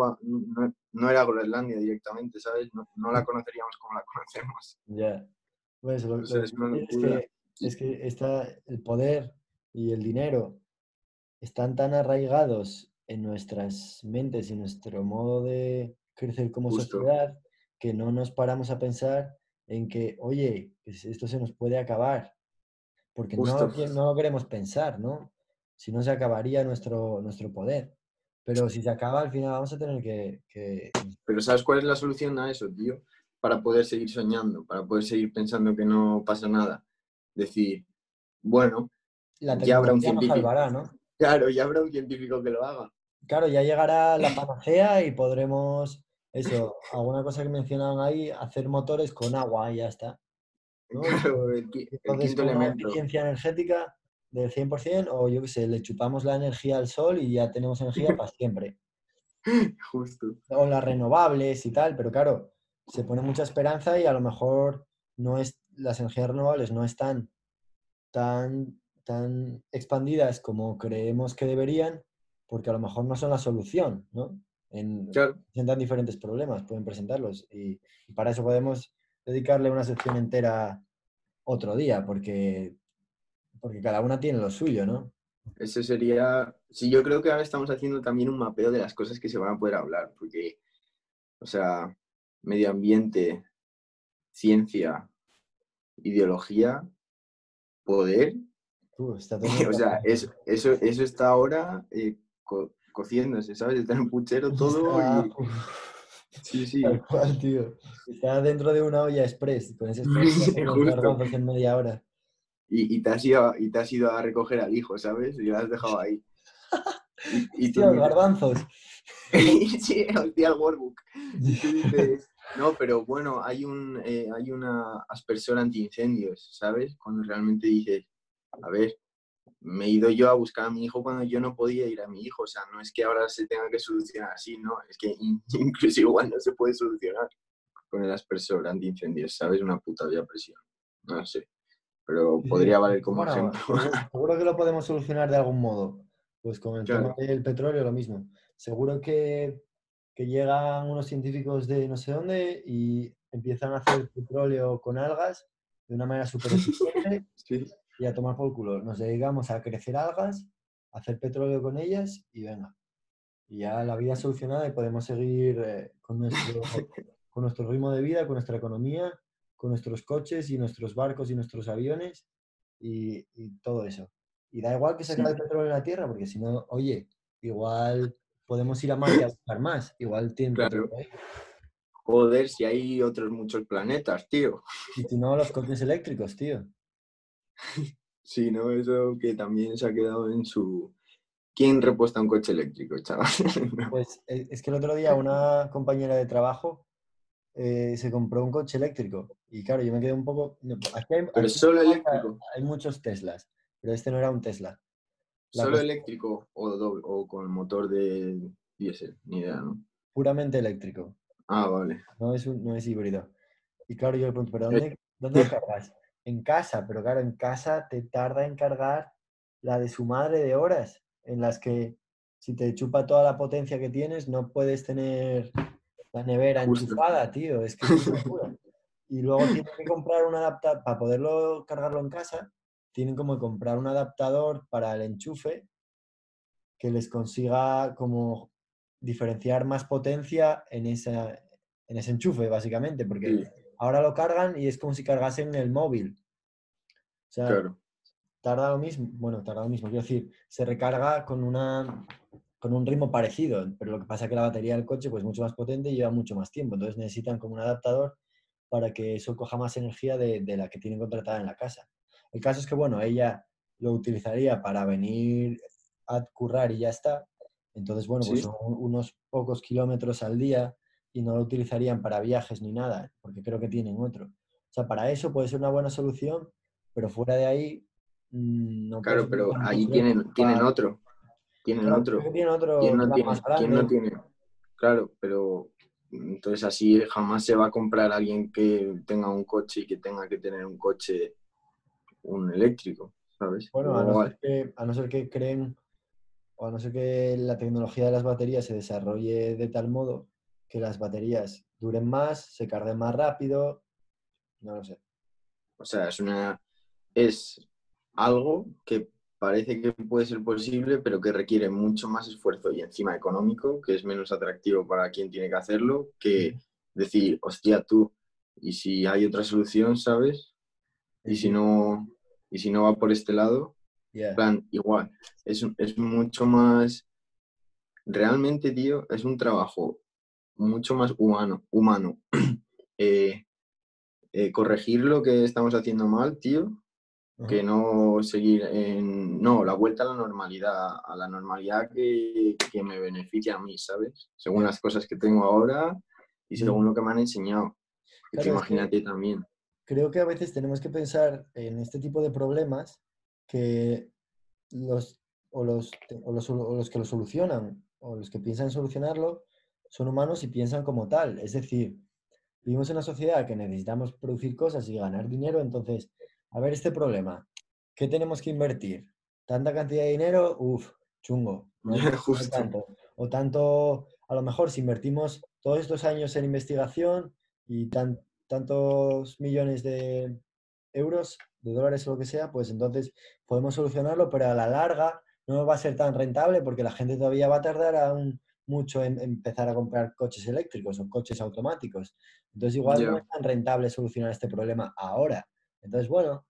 S1: no era Groenlandia directamente, ¿sabes? No la conoceríamos como la conocemos.
S2: Ya. Pues
S1: Eso
S2: lo
S1: es
S2: que
S1: una
S2: quiero decir
S1: locura.
S2: es que el poder y el dinero están tan arraigados en nuestras mentes y nuestro modo de crecer como
S1: Justo,
S2: sociedad que no nos paramos a pensar en que, oye, esto se nos puede acabar, porque
S1: justo.
S2: no lo queremos pensar, ¿no? Si no se acabaría nuestro poder. Pero si se acaba, al final vamos a tener que...
S1: Pero ¿sabes cuál es la solución a eso, tío? Para poder seguir soñando, para poder seguir pensando que no pasa nada. Decir, bueno,
S2: La
S1: ya habrá un
S2: tecnología nos
S1: científico,
S2: salvará, ¿no?
S1: claro, ya habrá un científico que lo haga.
S2: Claro, ya llegará la panacea y podremos, eso, alguna cosa que mencionaban ahí, hacer motores con agua y ya está, ¿no? Y
S1: Claro, el
S2: entonces
S1: quinto
S2: con una
S1: elemento,
S2: eficiencia energética del 100% o yo qué sé, le chupamos la energía al sol y ya tenemos energía para siempre.
S1: justo.
S2: O las renovables y tal, pero claro, se pone mucha esperanza y a lo mejor las energías renovables no están tan expandidas como creemos que deberían, porque a lo mejor no son la solución, ¿no?
S1: Claro,
S2: Presentan diferentes problemas, pueden presentarlos, y para eso podemos dedicarle una sección entera otro día, porque cada una tiene lo suyo, ¿no?
S1: eso sería. Sí, yo creo que ahora estamos haciendo también un mapeo de las cosas que se van a poder hablar, porque, o sea, medio ambiente, ciencia, ideología, poder,
S2: Está todo muy
S1: o sea,
S2: relacionado.
S1: eso está ahora cociéndose, ¿sabes? Está en un puchero todo
S2: Está,
S1: y... Sí, sí,
S2: tal cual, tío. Está dentro de una olla express. Con ese express te haces
S1: sí,
S2: los
S1: justo.
S2: garbanzos en media hora.
S1: Y te has ido a recoger al hijo, ¿sabes? Y lo has dejado ahí. Y tú
S2: Hostia, los
S1: dices,
S2: garbanzos.
S1: sí, hostia, el workbook. Y tú dices, no, pero bueno, hay una aspersor antiincendios, ¿sabes? Cuando realmente dices, a ver, me he ido yo a buscar a mi hijo cuando yo no podía ir a mi hijo. O sea, no es que ahora se tenga que solucionar así, no, es que incluso igual no se puede solucionar con el aspersor antiincendios, ¿sabes? Una puta olla a presión. No sé, pero
S2: Sí,
S1: podría
S2: sí.
S1: valer como
S2: Bueno,
S1: ejemplo.
S2: seguro que lo podemos solucionar de algún modo. Pues con el tema
S1: Claro,
S2: del petróleo, lo mismo. Seguro que llegan unos científicos de no sé dónde y empiezan a hacer petróleo con algas de una manera súper eficiente
S1: sí,
S2: y a tomar por culo. Nos dedicamos a crecer algas, a hacer petróleo con ellas y venga. Y ya la vida solucionada y podemos seguir con nuestro ritmo de vida, con nuestra economía, con nuestros coches y nuestros barcos y nuestros aviones y todo eso. Y da igual que se acabe
S1: sí,
S2: el petróleo en la Tierra, porque si no, oye, igual podemos ir a Marte a buscar más, igual tienen petróleo
S1: claro.
S2: ahí.
S1: Joder, si hay otros muchos planetas, tío.
S2: Y si no, los coches eléctricos, tío.
S1: Sí, ¿no? Eso que también se ha quedado en su... ¿Quién repuesta un coche eléctrico, chaval? No.
S2: Pues es que el otro día una compañera de trabajo se compró un coche eléctrico. Y claro, yo me quedé un poco... no,
S1: Pero
S2: aquí
S1: solo eléctrico.
S2: hay muchos Teslas, pero este no era un Tesla. La
S1: Solo
S2: cuestión
S1: eléctrico o con motor de diésel, ni idea, ¿no?
S2: puramente eléctrico,
S1: Ah, vale.
S2: no es híbrido. Y claro, yo le pregunto, ¿pero dónde lo cargas? En casa, pero claro, en casa te tarda en cargar la de su madre de horas, en las que si te chupa toda la potencia que tienes, no puedes tener la nevera
S1: Justo.
S2: enchufada, tío, es que es una locura. Y luego tienen que comprar un adaptador, para poderlo cargarlo en casa, tienen como que comprar un adaptador para el enchufe que les consiga como diferenciar más potencia en ese enchufe, básicamente, porque
S1: Sí,
S2: ahora lo cargan y es como si cargasen el móvil. O sea,
S1: claro.
S2: tarda lo mismo, bueno, tarda lo mismo, quiero decir, se recarga con un ritmo parecido, pero lo que pasa es que la batería del coche pues, es mucho más potente y lleva mucho más tiempo, entonces necesitan como un adaptador para que eso coja más energía de la que tienen contratada en la casa. El caso es que, bueno, ella lo utilizaría para venir a currar y ya está. Entonces, bueno, pues
S1: Sí,
S2: son unos pocos kilómetros al día y no lo utilizarían para viajes ni nada, porque creo que tienen otro. O sea, para eso puede ser una buena solución, pero fuera de ahí no puedes
S1: claro, pero
S2: utilizar un
S1: ahí
S2: coche eléctrico
S1: tienen otro. Tienen
S2: claro, creo
S1: otro.
S2: que tiene otro plan más
S1: ¿Quién no
S2: grande.
S1: tiene? Claro, pero entonces así jamás se va a comprar alguien que tenga un coche y que tenga que tener un coche, un eléctrico, ¿sabes?
S2: Bueno,
S1: Igual.
S2: a no ser que creen, o a no ser que la tecnología de las baterías se desarrolle de tal modo que las baterías duren más, se carguen más rápido, no lo sé.
S1: O sea, es algo que parece que puede ser posible, pero que requiere mucho más esfuerzo y encima económico, que es menos atractivo para quien tiene que hacerlo, que decir, hostia, tú, y si hay otra solución, ¿sabes? Y si
S2: Entiendo.
S1: no, y si no va por este lado,
S2: Ya.
S1: plan, igual, es mucho más, realmente, tío, es un trabajo mucho más humano. Eh, corregir lo que estamos haciendo mal, tío, que
S2: Ajá.
S1: no seguir en... No, la vuelta a la normalidad que me beneficia a mí, ¿sabes? Según
S2: Ya.
S1: las cosas que tengo ahora y según
S2: Mm.
S1: lo que me han enseñado. Que tú
S2: Claro, es que
S1: imagínate también.
S2: creo que a veces tenemos que pensar en este tipo de problemas que los, o los que lo solucionan o los que piensan solucionarlo son humanos y piensan como tal. Es decir, vivimos en una sociedad que necesitamos producir cosas y ganar dinero, entonces, a ver este problema, ¿qué tenemos que invertir? ¿Tanta cantidad de dinero? Uf, chungo, no hay
S1: Justo.
S2: tanto. O tanto, a lo mejor si invertimos todos estos años en investigación y tantos millones de euros, de dólares o lo que sea, pues entonces podemos solucionarlo, pero a la larga no va a ser tan rentable porque la gente todavía va a tardar mucho en empezar a comprar coches eléctricos o coches automáticos. Entonces igual no es
S1: Ya,
S2: tan rentable solucionar este problema ahora. Entonces, bueno,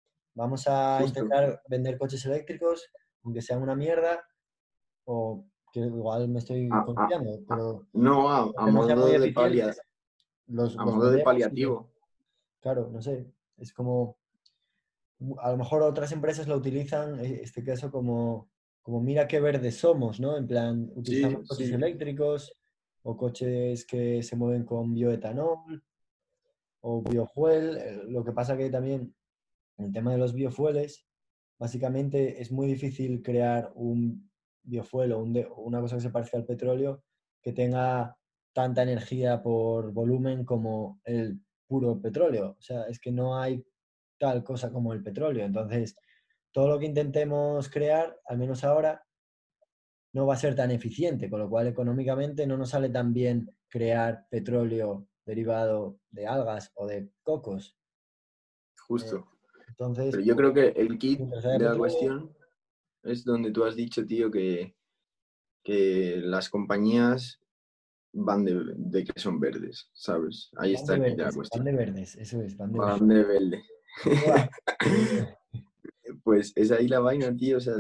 S2: vamos a
S1: justo.
S2: intentar vender coches eléctricos, aunque sean una mierda, o que igual me estoy
S1: A- a-
S2: confiando, pero
S1: no,
S2: que no sean muy eficientes.
S1: a
S2: Los
S1: modo de
S2: modernos sí que,
S1: paliativo.
S2: claro, no sé, es como, a lo mejor otras empresas lo utilizan, este caso, como mira qué verdes somos, ¿no? En plan, utilizamos
S1: Sí,
S2: coches
S1: sí,
S2: eléctricos o coches que se mueven con bioetanol o biofuel. Lo que pasa que también el tema de los biofueles, básicamente es muy difícil crear un biofuel o una cosa que se parezca al petróleo que tenga tanta energía por volumen como el puro petróleo. O sea, es que no hay tal cosa como el petróleo. Entonces, todo lo que intentemos crear, al menos ahora, no va a ser tan eficiente, con lo cual económicamente no nos sale tan bien crear petróleo derivado de algas o de cocos. Eh,
S1: justo.
S2: entonces,
S1: Pero yo creo que el kit
S2: mientras haya
S1: de la
S2: petróleo,
S1: cuestión es donde tú has dicho, tío, que las compañías van de que son verdes, ¿sabes? Ahí está el kit de la
S2: van
S1: cuestión.
S2: de verdes, eso es, van de verdes.
S1: Van de verde.
S2: Buah, eh,
S1: Pues es ahí la vaina, tío. O sea,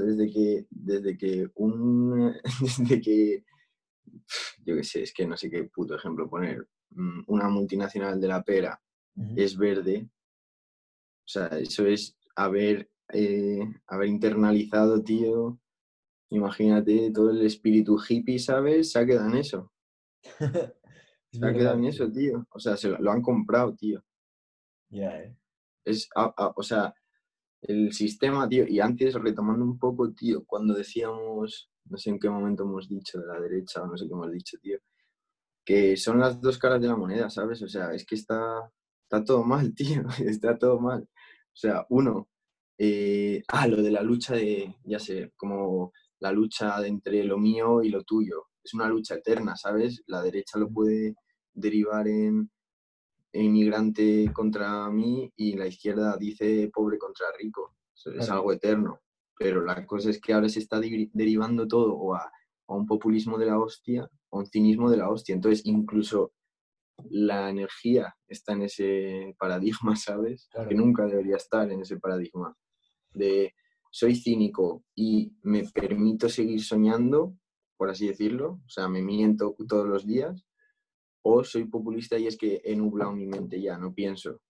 S1: desde que, yo qué sé, es que no sé qué puto ejemplo poner. Una multinacional de la pera
S2: ujú.
S1: es verde. O sea, eso es haber internalizado, tío. Imagínate todo el espíritu hippie, ¿sabes? Se ha quedado en eso.
S2: Es
S1: Se ha quedado
S2: verdad,
S1: en
S2: tío.
S1: eso, tío. O sea, lo han comprado, tío.
S2: Ya,
S1: O sea, el sistema, tío. Y antes, retomando un poco, tío, cuando decíamos, no sé en qué momento hemos dicho de la derecha o no sé qué hemos dicho, tío, que son las dos caras de la moneda, ¿sabes? O sea, es que está todo mal, tío. Está todo mal. O sea, lo de la lucha ya sé, como la lucha entre lo mío y lo tuyo. Es una lucha eterna, ¿sabes? La derecha lo puede derivar en inmigrante contra mí y la izquierda dice pobre contra rico. Es
S2: claro.
S1: algo eterno. Pero la cosa es que ahora se está derivando todo a un populismo de la hostia, a un cinismo de la hostia. Entonces, incluso la energía está en ese paradigma, ¿sabes? Que
S2: Claro.
S1: nunca debería estar en ese paradigma de soy cínico y me permito seguir soñando, por así decirlo, o sea, me miento todos los días, o soy populista y es que he nublado mi mente ya, no pienso.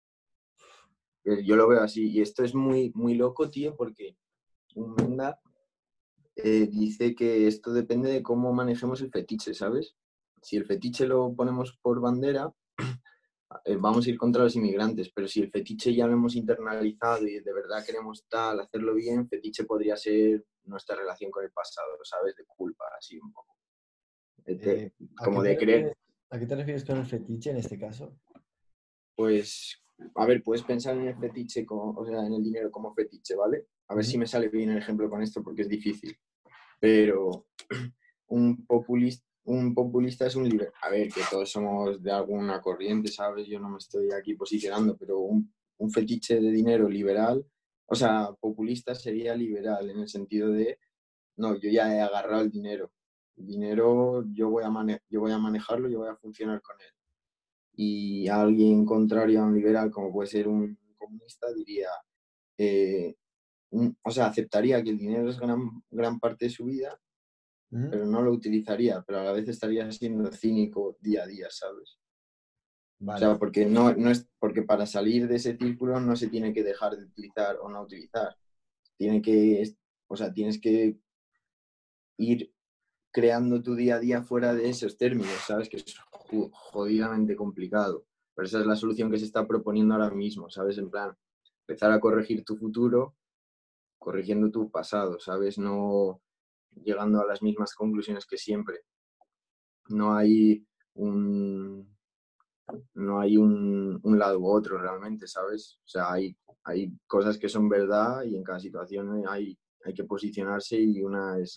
S1: Yo lo veo así, y esto es muy, muy loco, tío, porque un Menda dice que esto depende de cómo manejemos el fetiche, ¿sabes? Si el fetiche lo ponemos por bandera, vamos a ir contra los inmigrantes, pero si el fetiche ya lo hemos internalizado y de verdad queremos hacerlo bien, fetiche podría ser nuestra relación con el pasado, ¿sabes? De culpa, así un poco.
S2: ¿A qué
S1: Como
S2: te
S1: de creer,
S2: refieres, a qué te refieres con el fetiche en este caso?
S1: pues, a ver, puedes pensar en el fetiche, o sea, en el dinero como fetiche, ¿vale? A ver
S2: Ujú,
S1: si me sale bien el ejemplo con esto porque es difícil. Pero un populista es un liberal. A ver, que todos somos de alguna corriente, ¿sabes? Yo no me estoy aquí posicionando, pero un fetiche de dinero liberal, o sea, populista sería liberal en el sentido de, no, yo ya he agarrado el dinero. El dinero yo voy a manejarlo, yo voy a funcionar con él. Y alguien contrario a un liberal, como puede ser un comunista, diría, eh, o sea, aceptaría que el dinero es gran parte de su vida,
S2: ujú.
S1: pero no lo utilizaría, pero a la vez estaría siendo cínico día a día, ¿sabes? O
S2: Vale,
S1: sea, porque no es porque para salir de ese círculo no se tiene que dejar de utilizar o no utilizar. Tiene que, o sea, tienes que ir creando tu día a día fuera de esos términos, ¿sabes? Que es jodidamente complicado. Pero esa es la solución que se está proponiendo ahora mismo, ¿sabes? En plan, empezar a corregir tu futuro corrigiendo tu pasado, ¿sabes? No llegando a las mismas conclusiones que siempre. No hay un, no hay un lado u otro realmente, ¿sabes? O sea, hay cosas que son verdad y en cada situación hay que posicionarse y una es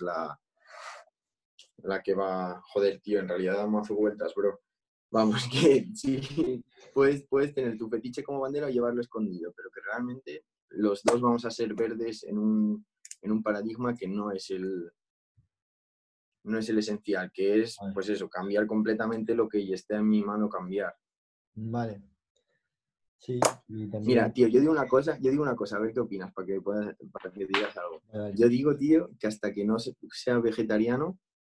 S1: la que va, joder, tío, en realidad da mazo vueltas, bro. Vamos, que sí, puedes tener tu fetiche como bandera o llevarlo escondido, pero que realmente los dos vamos a ser verdes en un paradigma que no es el esencial, que es,
S2: vale,
S1: pues eso, cambiar completamente lo que ya está en mi mano cambiar.
S2: vale. Sí, y
S1: Mira,
S2: también,
S1: tío, yo digo una cosa, a ver qué opinas, para que digas algo.
S2: vale,
S1: Yo digo, tío, que hasta que no sea vegetariano,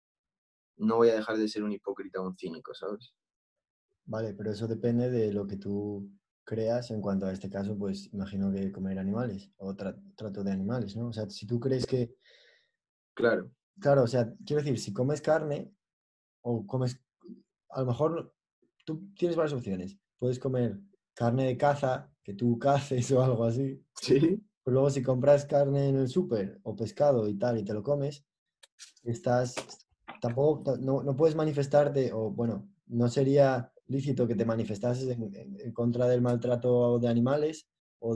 S1: no voy a dejar de ser un hipócrita o un cínico, ¿sabes?
S2: Vale, pero eso depende de lo que tú creas en cuanto a este caso, pues imagino que comer animales o trato de animales, ¿no? O sea, si tú crees que,
S1: Claro,
S2: claro, o sea, quiero decir, si comes carne o comes, a lo mejor tú tienes varias opciones. Puedes comer carne de caza, que tú caces o algo así,
S1: sí,
S2: pero luego si compras carne en el súper o pescado y tal y te lo comes, estás, tampoco, no puedes manifestarte, o bueno, no sería lícito que te manifestases en contra del maltrato de animales o,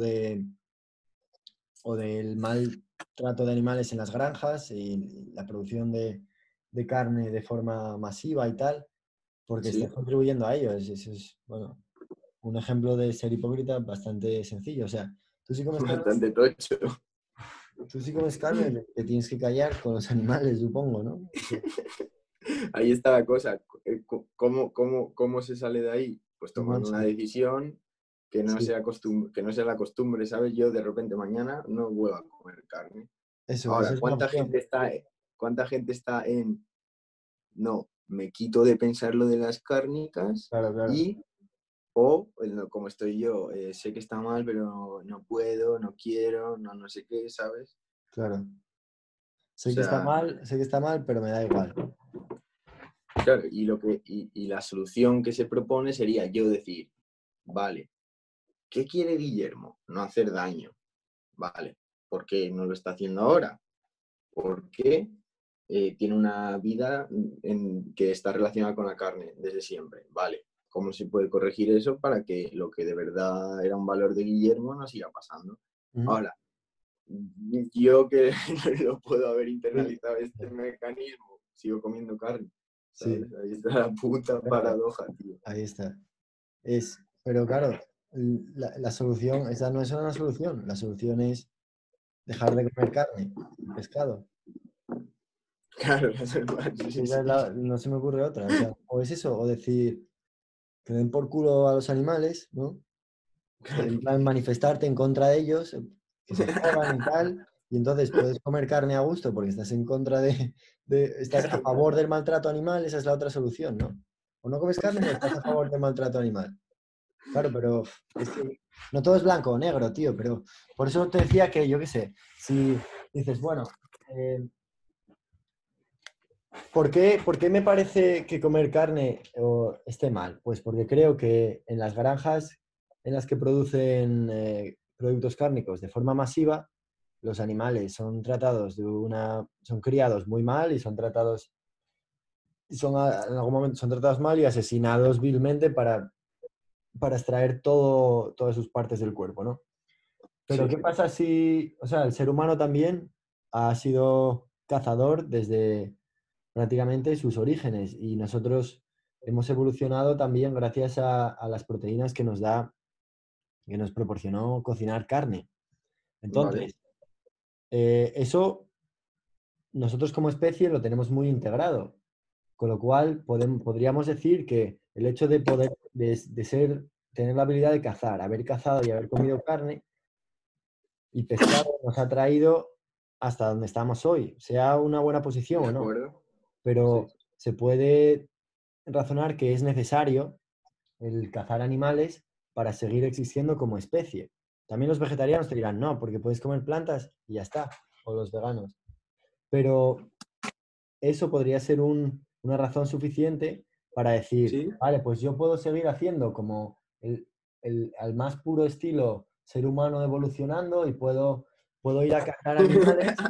S2: o del maltrato de animales en las granjas y la producción de carne de forma masiva y tal, porque estás
S1: sí,
S2: contribuyendo a ello. Es, bueno, un ejemplo de ser hipócrita bastante sencillo. O sea, tú si comes carne,
S1: bastante tocho.
S2: tú si comes carne, te tienes que callar con los animales, supongo, ¿no?
S1: Ahí está la cosa. ¿Cómo se sale de ahí? Pues
S2: Tú
S1: tomando una decisión
S2: sí,
S1: que no sea la costumbre, ¿sabes? Yo de repente mañana no vuelvo a comer carne.
S2: eso
S1: Ahora,
S2: es una opción.
S1: cuánta gente está en, no, me quito de pensar lo de las cárnicas
S2: Claro, claro,
S1: y, o, bueno, como estoy yo, sé que está mal, pero no puedo, no quiero, no sé qué, ¿sabes?
S2: claro.
S1: O sea,
S2: Sé que está mal, pero me da igual.
S1: claro, y la solución que se propone sería yo decir, vale, ¿qué quiere Guillermo? No hacer daño. Vale. ¿Por qué no lo está haciendo ahora? Porque tiene una vida que está relacionada con la carne desde siempre. Vale. ¿Cómo se puede corregir eso para que lo que de verdad era un valor de Guillermo no siga pasando?
S2: Ujú.
S1: Ahora, yo que no puedo haber
S2: Sí,
S1: internalizado este mecanismo, sigo comiendo carne,
S2: sí,
S1: ¿sabes? Ahí está la puta
S2: claro,
S1: paradoja, tío.
S2: ahí está. Pero claro, la solución, esa no es una solución. La solución es dejar de comer carne y pescado.
S1: Claro, sí,
S2: Esa
S1: sí.
S2: es no se me ocurre otra. O sea, o es eso, o decir que den por culo a los animales, ¿no? En
S1: Claro.
S2: plan, manifestarte en contra de ellos, que se jodan y tal, y entonces puedes comer carne a gusto porque estás en contra estás a
S1: Claro,
S2: favor del maltrato animal, esa es la otra solución, ¿no? O no comes carne o estás a favor del maltrato animal. Claro, pero es que no todo es blanco o negro, tío, pero por eso te decía que, yo qué sé, si dices, bueno, eh, por qué me parece que comer carne esté mal? Pues porque creo que en las granjas en las que producen productos cárnicos de forma masiva, los animales son tratados son criados muy mal y son tratados, en algún momento son tratados mal y asesinados vilmente para extraer todas sus partes del cuerpo, ¿no? Pero ¿qué
S1: sí,
S2: pasa si, o sea, el ser humano también ha sido cazador desde prácticamente sus orígenes y nosotros hemos evolucionado también gracias a las proteínas que nos proporcionó cocinar carne.
S1: vale.
S2: Entonces, eso nosotros como especie lo tenemos muy integrado, con lo cual podríamos decir que el hecho de poder, tener la habilidad de cazar, haber cazado y haber comido carne y pescado nos ha traído hasta donde estamos hoy, sea una buena posición
S1: ¿De
S2: o no,
S1: acuerdo? Sí.
S2: pero se puede razonar que es necesario el cazar animales para seguir existiendo como especie. También los vegetarianos te dirán, no, porque puedes comer plantas y ya está, o los veganos. Pero eso podría ser una razón suficiente para decir,
S1: Sí.
S2: vale, pues yo puedo seguir haciendo como al más puro estilo ser humano evolucionando y puedo ir a cazar animales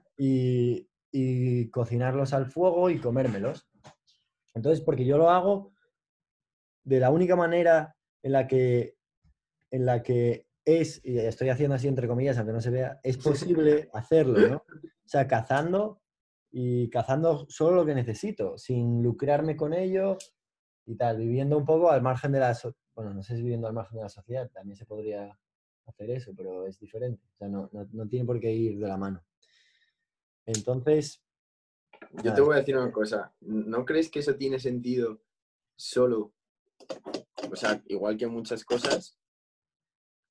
S2: y cocinarlos al fuego y comérmelos. Entonces, porque yo lo hago de la única manera en la que es, y estoy haciendo así entre comillas, aunque no se vea, es posible hacerlo, ¿no? O sea, cazando y cazando solo lo que necesito, sin lucrarme con ello y tal, viviendo un poco al margen de bueno, no sé si viviendo al margen de la sociedad, también se podría hacer eso, pero es diferente, o sea, no tiene por qué ir de la mano. Entonces,
S1: Yo te
S2: nada,
S1: voy a decir una cosa. ¿No crees que eso tiene sentido solo? O sea, igual que muchas cosas,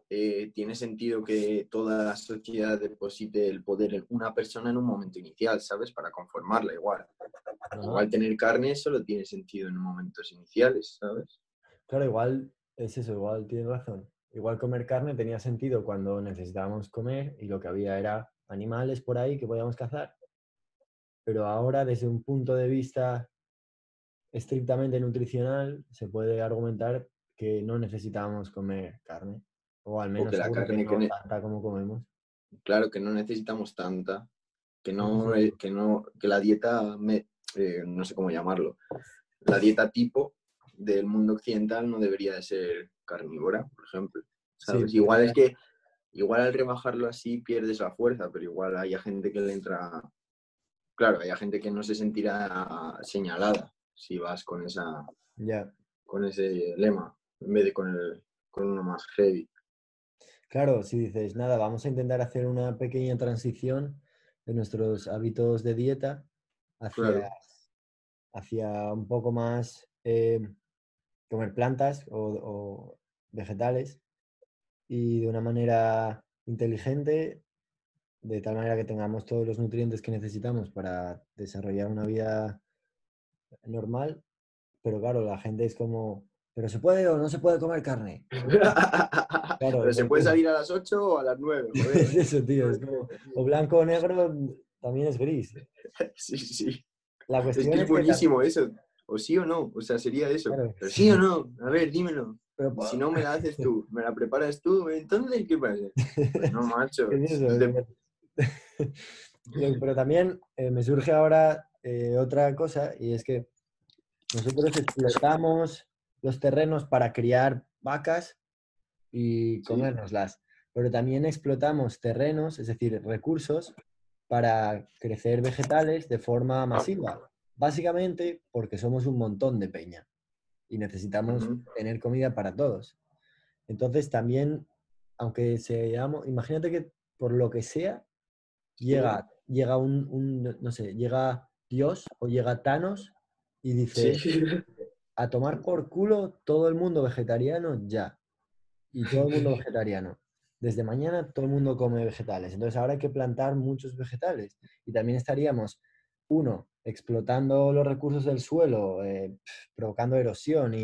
S1: tiene sentido que toda la sociedad deposite el poder en una persona en un momento inicial, ¿sabes? Para conformarla igual. Igual tener carne solo tiene sentido en momentos iniciales, ¿sabes?
S2: Claro, igual es eso, igual tienes razón. Igual comer carne tenía sentido cuando necesitábamos comer y lo que había era animales por ahí que podíamos cazar. Pero ahora, desde un punto de vista estrictamente nutricional, se puede argumentar que no necesitábamos comer carne. O al
S1: O
S2: menos
S1: que la
S2: seguro que
S1: carne,
S2: no tanta como comemos.
S1: claro que no necesitamos tanta,
S2: Incluso,
S1: que la dieta, no sé cómo llamarlo, la dieta tipo del mundo occidental no debería de ser carnívora, por ejemplo,
S2: sí,
S1: ¿sabes? Igual es que, igual al rebajarlo así pierdes la fuerza, pero igual hay gente que le entra, claro, hay gente que no se sentirá señalada si vas
S2: ya.
S1: con ese lema, en vez de con uno más heavy.
S2: Claro, si dices, nada, vamos a intentar hacer una pequeña transición de nuestros hábitos de dieta hacia,
S1: Claro.
S2: hacia un poco más comer plantas o vegetales y de una manera inteligente, de tal manera que tengamos todos los nutrientes que necesitamos para desarrollar una vida normal. Pero claro, la gente es como, ¿pero se puede o no se puede comer carne? Claro,
S1: Pero se puede
S2: porque
S1: salir a las 8 o a las 9, joder,
S2: es
S1: ¿eh?
S2: eso, tío, es como, o blanco o negro también es gris.
S1: Sí, sí.
S2: La
S1: Es que
S2: cuestión
S1: es
S2: es que también,
S1: buenísimo eso. O sí o no. O sea, sería eso.
S2: claro,
S1: Pero sí o
S2: sí,
S1: no. A ver, dímelo.
S2: pero,
S1: Y si no me la haces tú, me la preparas tú, entonces, ¿qué pasa? Pues no, macho.
S2: ¿qué es eso? Pero también me surge ahora otra cosa y es que nosotros explotamos los terrenos para criar vacas y
S1: Sí.
S2: comérnoslas, pero también explotamos terrenos, es decir, recursos para crecer vegetales de forma masiva, básicamente porque somos un montón de peña y necesitamos
S1: Ujú.
S2: tener comida para todos. Entonces también, aunque seamos, imagínate que por lo que sea,
S1: Sí.
S2: llega no sé, llega Dios o llega Thanos y
S1: Sí.
S2: dice, a tomar por culo todo el mundo vegetariano ya. Y todo el mundo vegetariano. Desde mañana todo el mundo come vegetales. Entonces ahora hay que plantar muchos vegetales. Y también estaríamos, uno, explotando los recursos del suelo, provocando erosión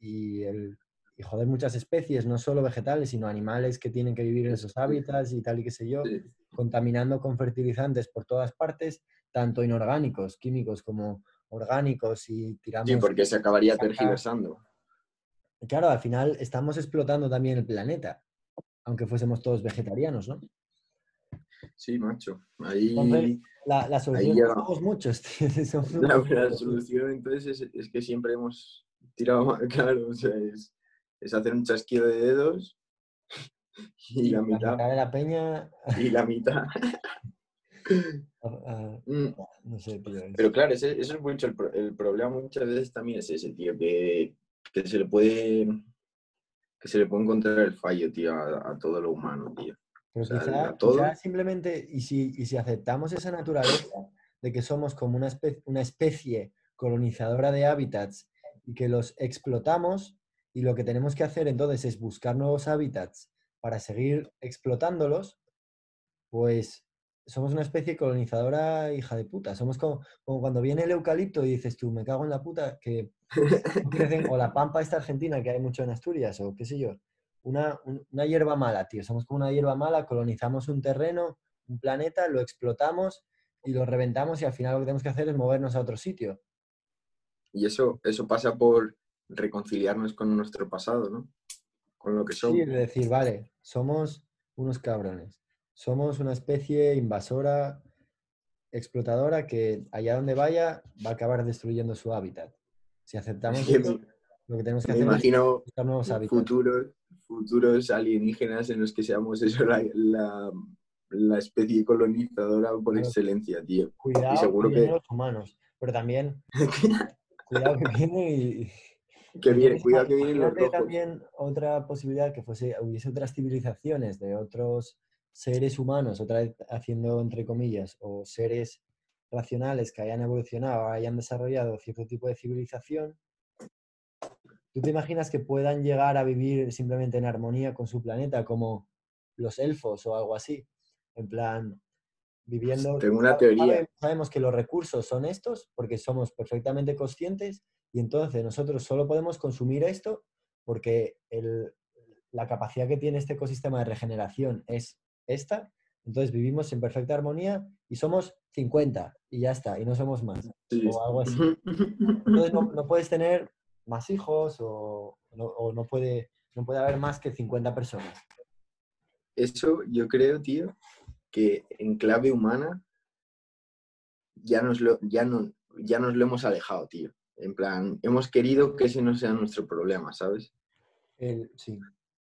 S2: y joder muchas especies, no solo vegetales, sino animales que tienen que vivir en esos hábitats y tal y qué sé yo,
S1: Sí.
S2: contaminando con fertilizantes por todas partes, tanto inorgánicos, químicos como orgánicos, y
S1: Sí,
S2: tiramos
S1: porque se acabaría
S2: caca.
S1: tergiversando.
S2: Claro, al final estamos explotando también el planeta, aunque fuésemos todos vegetarianos, ¿no?
S1: Sí, macho.
S2: Entonces, la
S1: Ahí
S2: solución es que
S1: llega.
S2: somos muchos, tío, somos un
S1: La
S2: montón.
S1: solución entonces es que siempre hemos tirado mal, claro, o sea, es hacer un chasquido de dedos y
S2: Y
S1: la
S2: la
S1: mitad,
S2: mitad de la peña,
S1: y la mitad.
S2: ah, ah,
S1: Mm.
S2: no sé, tío,
S1: Pero claro, eso es mucho el problema muchas veces también es ese, tío, que se le puede, que se le puede encontrar el fallo, tío, a todo lo humano, tío. O
S2: pero
S1: sea,
S2: quizá,
S1: a
S2: quizá
S1: todo.
S2: simplemente, y si aceptamos esa naturaleza de que somos como una especie colonizadora de hábitats y que los explotamos, y lo que tenemos que hacer entonces es buscar nuevos hábitats para seguir explotándolos, pues somos una especie colonizadora hija de puta. Somos como cuando viene el eucalipto y dices tú, me cago en la puta, que crecen, o la pampa esta argentina que hay mucho en Asturias, o qué sé yo, una hierba mala, tío. Somos como una hierba mala, colonizamos un terreno, un planeta, lo explotamos y lo reventamos y al final lo que tenemos que hacer es movernos a otro sitio.
S1: Y eso pasa por reconciliarnos con nuestro pasado, ¿no? Con lo que
S2: Sí, es
S1: somos.
S2: decir, vale, somos unos cabrones. Somos una especie invasora, explotadora que allá donde vaya va a acabar destruyendo su hábitat. Si
S1: Es
S2: aceptamos
S1: que
S2: eso, lo que tenemos que
S1: me
S2: hacer es
S1: imagino
S2: buscar nuevos hábitats.
S1: futuros, futuros alienígenas en los que seamos eso, la especie colonizadora por
S2: Claro,
S1: excelencia, tío. Y
S2: cuidado que
S1: seguro
S2: vienen
S1: que,
S2: los humanos, pero también cuidado que viene
S1: que
S2: y
S1: viene,
S2: entonces
S1: cuidado que vienen los
S2: imagínate
S1: rojos.
S2: también otra posibilidad que hubiese otras civilizaciones de otros seres humanos, otra vez haciendo entre comillas, o seres racionales que hayan evolucionado, hayan desarrollado cierto tipo de civilización. ¿Tú te imaginas que puedan llegar a vivir simplemente en armonía con su planeta, como los elfos o algo así? En plan, viviendo,
S1: Tengo una teoría.
S2: sabemos que los recursos son estos porque somos perfectamente conscientes y entonces nosotros solo podemos consumir esto porque la capacidad que tiene este ecosistema de regeneración es esta, entonces vivimos en perfecta armonía y somos 50 y ya está, y no somos más,
S1: Sí.
S2: o algo así. Entonces no puedes tener más hijos o no puede haber más que 50 personas.
S1: Eso yo creo, tío, que en clave humana ya nos lo hemos alejado, tío. En plan, hemos querido que ese no sea nuestro problema, ¿sabes?
S2: Sí.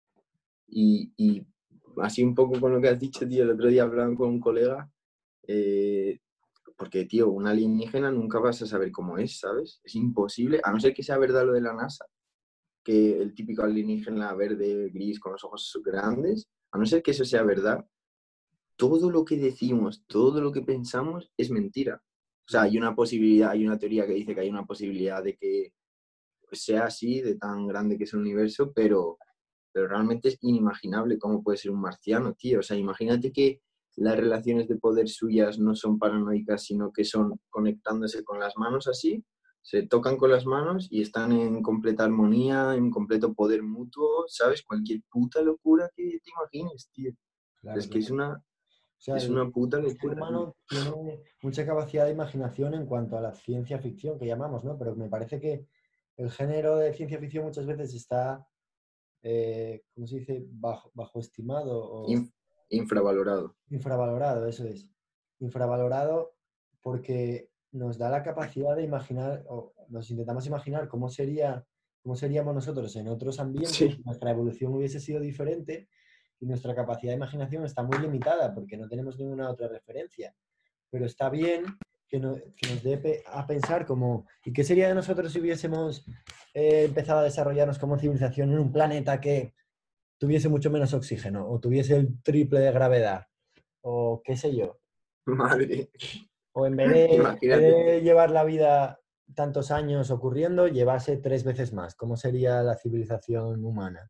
S1: Y así un poco con lo que has dicho, tío, el otro día hablaba con un colega, eh, porque, tío, un alienígena nunca vas a saber cómo es, ¿sabes? Es imposible, a no ser que sea verdad lo de la NASA, que el típico alienígena verde, gris, con los ojos grandes, a no ser que eso sea verdad, todo lo que decimos, todo lo que pensamos es mentira. O sea, hay una posibilidad, hay una teoría que dice que hay una posibilidad de que sea así, de tan grande que es el universo, pero realmente es inimaginable cómo puede ser un marciano, tío. O sea, imagínate que las relaciones de poder suyas no son paranoicas, sino que son conectándose con las manos así, se tocan con las manos y están en completa armonía, en completo poder mutuo, ¿sabes? Cualquier puta locura que te imagines, tío.
S2: Claro,
S1: Es que
S2: claro. O sea,
S1: es una puta
S2: el ser
S1: locura, tío.
S2: humano tiene mucha capacidad de imaginación en cuanto a la ciencia ficción que llamamos, ¿no? Pero me parece que el género de ciencia ficción muchas veces está, ¿cómo se dice? Bajo estimado o
S1: Infravalorado.
S2: infravalorado, eso es. Infravalorado porque nos da la capacidad de imaginar, o nos intentamos imaginar cómo seríamos nosotros en otros ambientes,
S1: Sí.
S2: nuestra evolución hubiese sido diferente y nuestra capacidad de imaginación está muy limitada porque no tenemos ninguna otra referencia. Pero está bien que nos dé a pensar como, ¿y qué sería de nosotros si hubiésemos empezado a desarrollarnos como civilización en un planeta que tuviese mucho menos oxígeno o tuviese el triple de gravedad? O qué sé yo.
S1: Madre.
S2: O en vez
S1: Imagínate.
S2: de llevar la vida tantos años ocurriendo, llevase 3 veces más. ¿Cómo sería la civilización humana?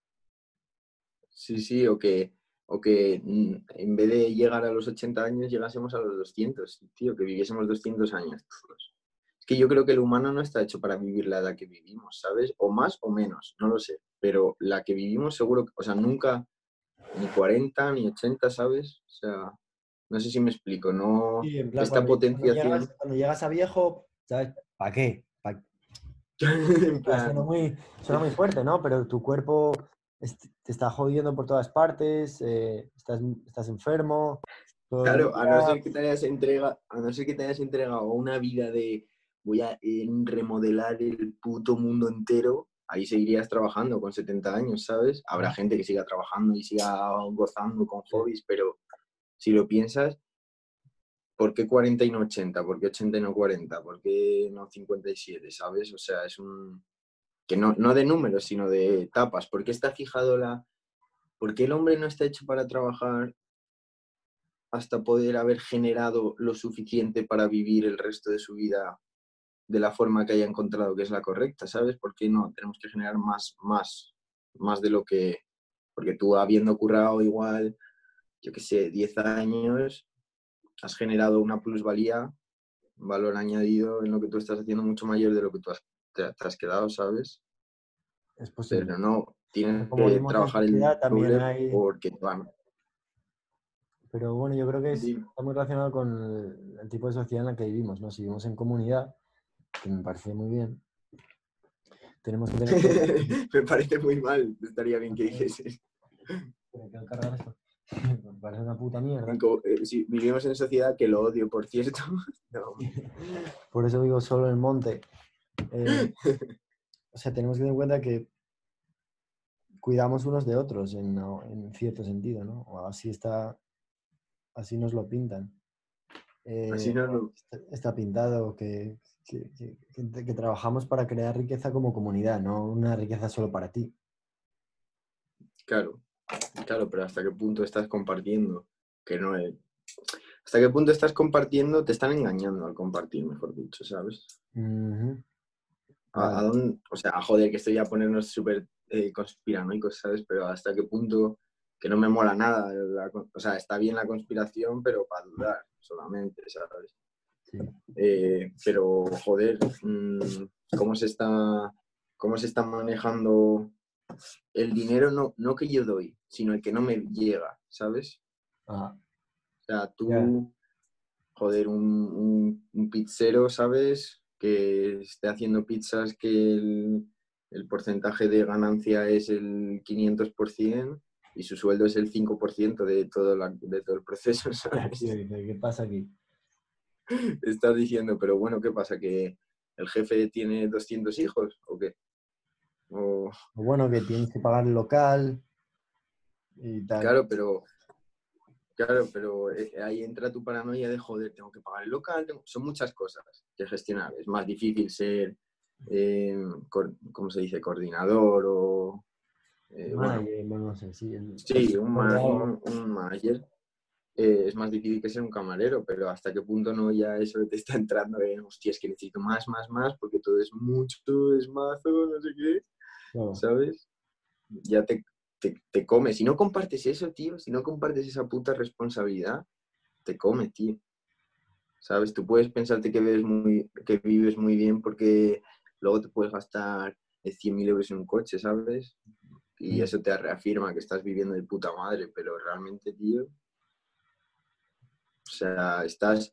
S1: Sí, sí, o que en vez de llegar a los 80 años, llegásemos a los 200, tío, que viviésemos 200 años todos. Es que yo creo que el humano no está hecho para vivir la edad que vivimos, ¿sabes? O más o menos, no lo sé. Pero la que vivimos seguro, o sea, nunca ni 40 ni 80, ¿sabes? O sea, no sé si me explico, no,
S2: Sí, en plan,
S1: esta potenciación,
S2: cuando llegas a viejo, ¿sabes? ¿Para qué?
S1: en plan,
S2: Suena muy fuerte, ¿no? Pero tu cuerpo te está jodiendo por todas partes, estás enfermo, todo el
S1: claro, a no
S2: día.
S1: ser que te hayas a no ser que te hayas entregado a una vida de voy a remodelar el puto mundo entero, ahí seguirías trabajando con 70 años, ¿sabes? Habrá gente que siga trabajando y siga gozando con
S2: Sí,
S1: hobbies, pero si lo piensas, ¿por qué 40 y no 80? ¿Por qué 80 y no 40? ¿Por qué no 57? ¿Sabes? O sea, es un... que no de números, sino de etapas. ¿Por qué está fijado la... ¿Por qué el hombre no está hecho para trabajar hasta poder haber generado lo suficiente para vivir el resto de su vida de la forma que haya encontrado que es la correcta? ¿Sabes? ¿Por qué no? Tenemos que generar más de lo que... Porque tú habiendo currado igual, yo qué sé, 10 años, has generado una plusvalía, un valor añadido en lo que tú estás haciendo mucho mayor de lo que te has quedado, ¿sabes?
S2: es posible.
S1: Pero no,
S2: Pero
S1: tienes
S2: como
S1: que
S2: vivimos en
S1: trabajar el
S2: sociedad, también
S1: doble
S2: hay.
S1: porque te van.
S2: Pero bueno, yo creo que está muy relacionado con el tipo de sociedad en la que vivimos, ¿no? Si vivimos en comunidad, que me parece muy bien, tenemos que tener en cuenta que...
S1: Me parece muy mal, estaría bien que
S2: Espera,
S1: dijese.
S2: que cargar esto. Me parece una puta mierda.
S1: Si vivimos en sociedad, que lo odio, por cierto. No.
S2: Por eso vivo solo en el monte. Eh, o sea, tenemos que tener en cuenta que cuidamos unos de otros en cierto sentido, ¿no? O así nos lo pintan.
S1: Así no lo...
S2: Está pintado que trabajamos para crear riqueza como comunidad, no una riqueza solo para ti.
S1: Claro, claro, pero ¿hasta qué punto estás compartiendo? Que no es... ¿Hasta qué punto estás compartiendo? Te están engañando al compartir, mejor dicho, ¿sabes?
S2: Ujú.
S1: ¿A
S2: Claro.
S1: dónde? O sea, joder, que estoy a ponernos súper conspiranoicos, ¿sabes? Pero hasta qué punto que no me mola nada. O sea, está bien la conspiración, pero para dudar solamente, ¿sabes?
S2: Sí.
S1: Pero, joder, ¿cómo se está, cómo se está manejando el dinero? No, no que yo doy, sino el que no me llega, ¿sabes?
S2: Ah,
S1: O sea,
S2: ya.
S1: tú, joder, un pizzero, ¿sabes? Que esté haciendo pizzas que el porcentaje de ganancia es el 500% y su sueldo es el 5% de todo el proceso,
S2: Ya, tío,
S1: ¿sabes?
S2: dice, ¿qué pasa aquí?
S1: Estás diciendo, pero bueno, ¿qué pasa? ¿Que el jefe tiene 200 hijos o qué? O,
S2: Lo bueno que tienes que pagar el local y tal.
S1: claro, pero ahí entra tu paranoia de, joder, tengo que pagar el local. Son muchas cosas que gestionar. Es más difícil ser, ¿cómo se dice? Coordinador o, bueno,
S2: Manager, bueno, no sé, sí, el
S1: sí,
S2: gestor de algo.
S1: un manager. Es más difícil que ser un camarero, pero hasta qué punto no ya eso te está entrando en, hostia, es que necesito más, porque todo es mucho, es mazo, no sé qué,
S2: Claro.
S1: ¿sabes? Ya te come. Si no compartes eso, tío, si no compartes esa puta responsabilidad, te come, tío. ¿Sabes? Tú puedes pensarte que vives muy bien porque luego te puedes gastar 100.000 euros en un coche, ¿sabes? Y
S2: Mm.
S1: eso te reafirma que estás viviendo de puta madre, pero realmente, tío, o sea,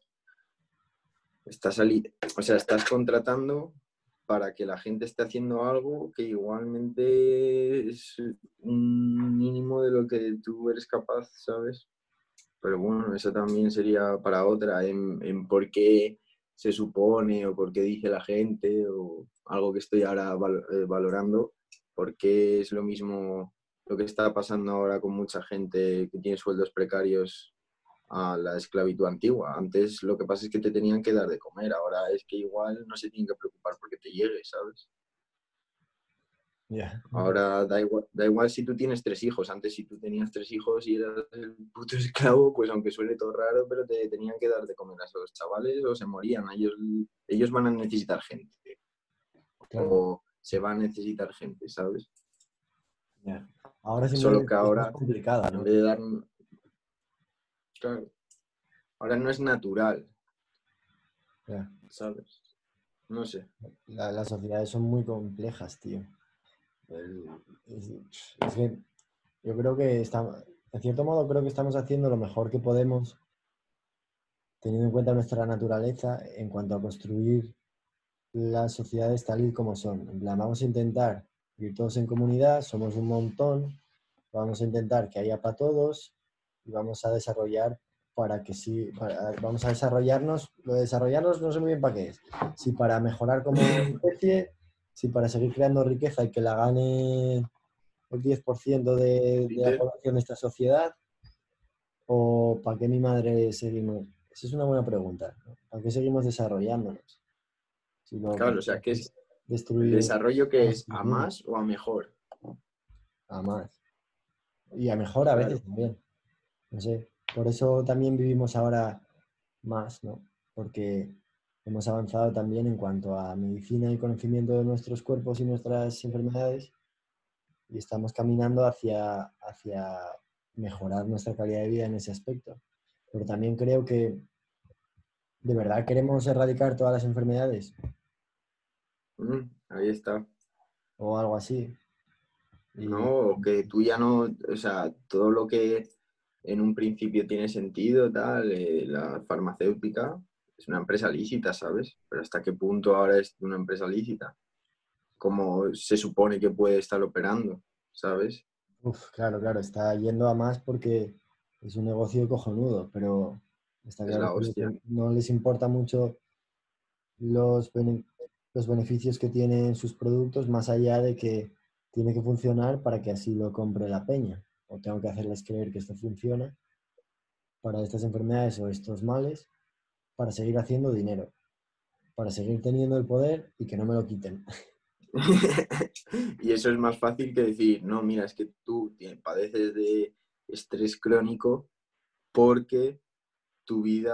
S1: estás contratando para que la gente esté haciendo algo que igualmente es un mínimo de lo que tú eres capaz, ¿sabes? Pero bueno, eso también sería para otra, en por qué se supone o por qué dice la gente o algo que estoy ahora valorando, por qué es lo mismo lo que está pasando ahora con mucha gente que tiene sueldos precarios a la esclavitud antigua. Antes lo que pasa es que te tenían que dar de comer, ahora es que igual no se tienen que preocupar porque te llegue, ¿sabes?
S2: Ya.
S1: Ahora da igual si tú tienes 3 hijos. Antes si tú tenías 3 hijos y eras el puto esclavo, pues aunque suene todo raro, pero te tenían que dar de comer a esos chavales o se morían. Ellos van a necesitar gente
S2: Claro.
S1: o se va a necesitar gente, ¿sabes?
S2: Ya. Ahora
S1: Solo
S2: simplemente
S1: que
S2: es más
S1: ahora,
S2: complicada,
S1: en
S2: ¿no?
S1: vez de dar, claro, ahora no es natural,
S2: Ya.
S1: ¿sabes? No sé.
S2: Las sociedades son muy complejas, tío. Es, es que yo creo que estamos, en cierto modo, creo que estamos haciendo lo mejor que podemos, teniendo en cuenta nuestra naturaleza en cuanto a construir las sociedades tal y como son. En plan, vamos a intentar vivir todos en comunidad, somos un montón, vamos a intentar que haya para todos y vamos a desarrollar para que sí, vamos a desarrollarnos, lo de desarrollarnos no sé muy bien para qué es, si para mejorar como especie, si para seguir creando riqueza y que la gane el 10% de la
S1: Peter,
S2: población de esta sociedad, o para qué mi madre seguimos. Esa es una buena pregunta, ¿no? ¿Para qué seguimos desarrollándonos? Si lo que
S1: claro, o sea, que
S2: queremos
S1: es
S2: es
S1: el
S2: destruir
S1: desarrollo
S2: a
S1: que es
S2: nosotros
S1: a
S2: mismos,
S1: más o a mejor.
S2: a más. Y a mejor a veces
S1: Claro.
S2: también. No sé. Por eso también vivimos ahora más, ¿no? Porque hemos avanzado también en cuanto a medicina y conocimiento de nuestros cuerpos y nuestras enfermedades y estamos caminando hacia mejorar nuestra calidad de vida en ese aspecto. Pero también creo que de verdad queremos erradicar todas las enfermedades
S1: Ahí está.
S2: o algo así. Y
S1: No, que tú ya no, o sea, todo lo que en un principio tiene sentido, tal, la farmacéutica es una empresa lícita, ¿sabes? Pero ¿hasta qué punto ahora es una empresa lícita? ¿Cómo se supone que puede estar operando, ¿sabes?
S2: uf, claro, claro, está yendo a más porque es un negocio cojonudo, pero está
S1: Es
S2: claro
S1: la
S2: que
S1: hostia.
S2: no les importa mucho los, los beneficios que tienen sus productos, más allá de que tiene que funcionar para que así lo compre la peña. O tengo que hacerles creer que esto funciona para estas enfermedades o estos males, para seguir haciendo dinero, para seguir teniendo el poder y que no me lo quiten.
S1: Y eso es más fácil que decir, no, mira, es que tú padeces de estrés crónico porque tu vida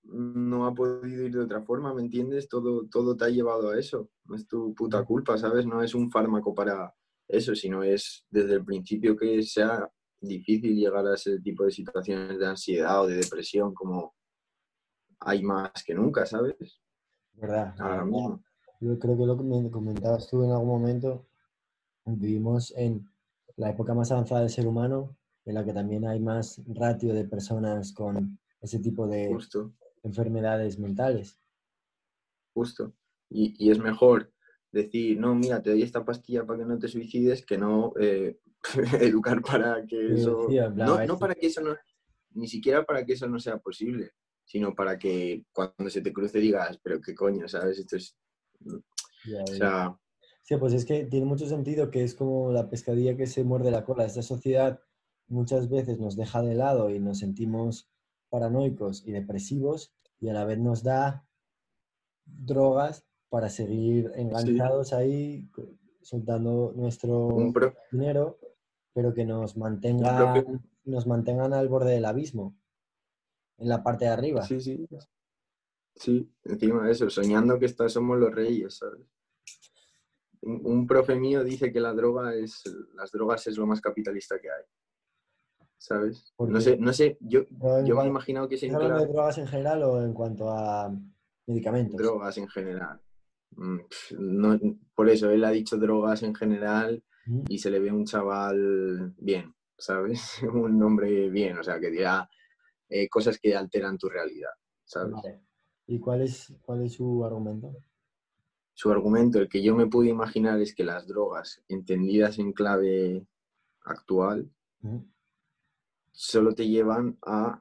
S1: no ha podido ir de otra forma, ¿me entiendes? Todo te ha llevado a eso. No es tu puta culpa, ¿sabes? No es un fármaco para eso, sino es desde el principio que sea difícil llegar a ese tipo de situaciones de ansiedad o de depresión como hay más que nunca, ¿sabes?
S2: ¿Verdad? La
S1: Ahora
S2: verdad,
S1: mismo.
S2: yo creo que lo que me comentabas tú en algún momento, vivimos en la época más avanzada del ser humano, en la que también hay más ratio de personas con ese tipo de
S1: Justo,
S2: enfermedades mentales.
S1: justo. Y es mejor decir, no, mira, te doy esta pastilla para que no te suicides, que no educar para que
S2: Sí,
S1: eso,
S2: en plan, a
S1: no,
S2: ver
S1: no
S2: si...
S1: para que eso no, ni siquiera para que eso no sea posible, sino para que cuando se te cruce digas, pero qué coño, ¿sabes? Esto es, o
S2: Ya, ya.
S1: sea,
S2: Sí, pues es que tiene mucho sentido que es como la pescadilla que se muerde la cola. Esta sociedad muchas veces nos deja de lado y nos sentimos paranoicos y depresivos y a la vez nos da drogas para seguir
S1: sí,
S2: enganchados ahí, soltando
S1: un,
S2: nuestro
S1: pro-
S2: dinero, pero que
S1: un profe,
S2: nos mantengan al borde del abismo, en la parte de arriba.
S1: sí, sí, sí, encima de eso, soñando que somos los reyes, ¿sabes? Un profe mío dice que las drogas es lo más capitalista que hay, ¿sabes? No
S2: Porque,
S1: sé, no sé,
S2: pero
S1: yo me he imaginado que es
S2: ¿estás
S1: en
S2: hablando de
S1: clave
S2: drogas en general o en cuanto a medicamentos?
S1: drogas en general. No, por eso él ha dicho drogas en general
S2: Ujú.
S1: y se le ve un chaval bien, ¿sabes? Un hombre bien, o sea, que dirá cosas que alteran tu realidad, ¿sabes?
S2: Vale. ¿Y cuál es su argumento?
S1: Su argumento, el que yo me pude imaginar, es que las drogas, entendidas en clave actual,
S2: Ujú.
S1: solo te llevan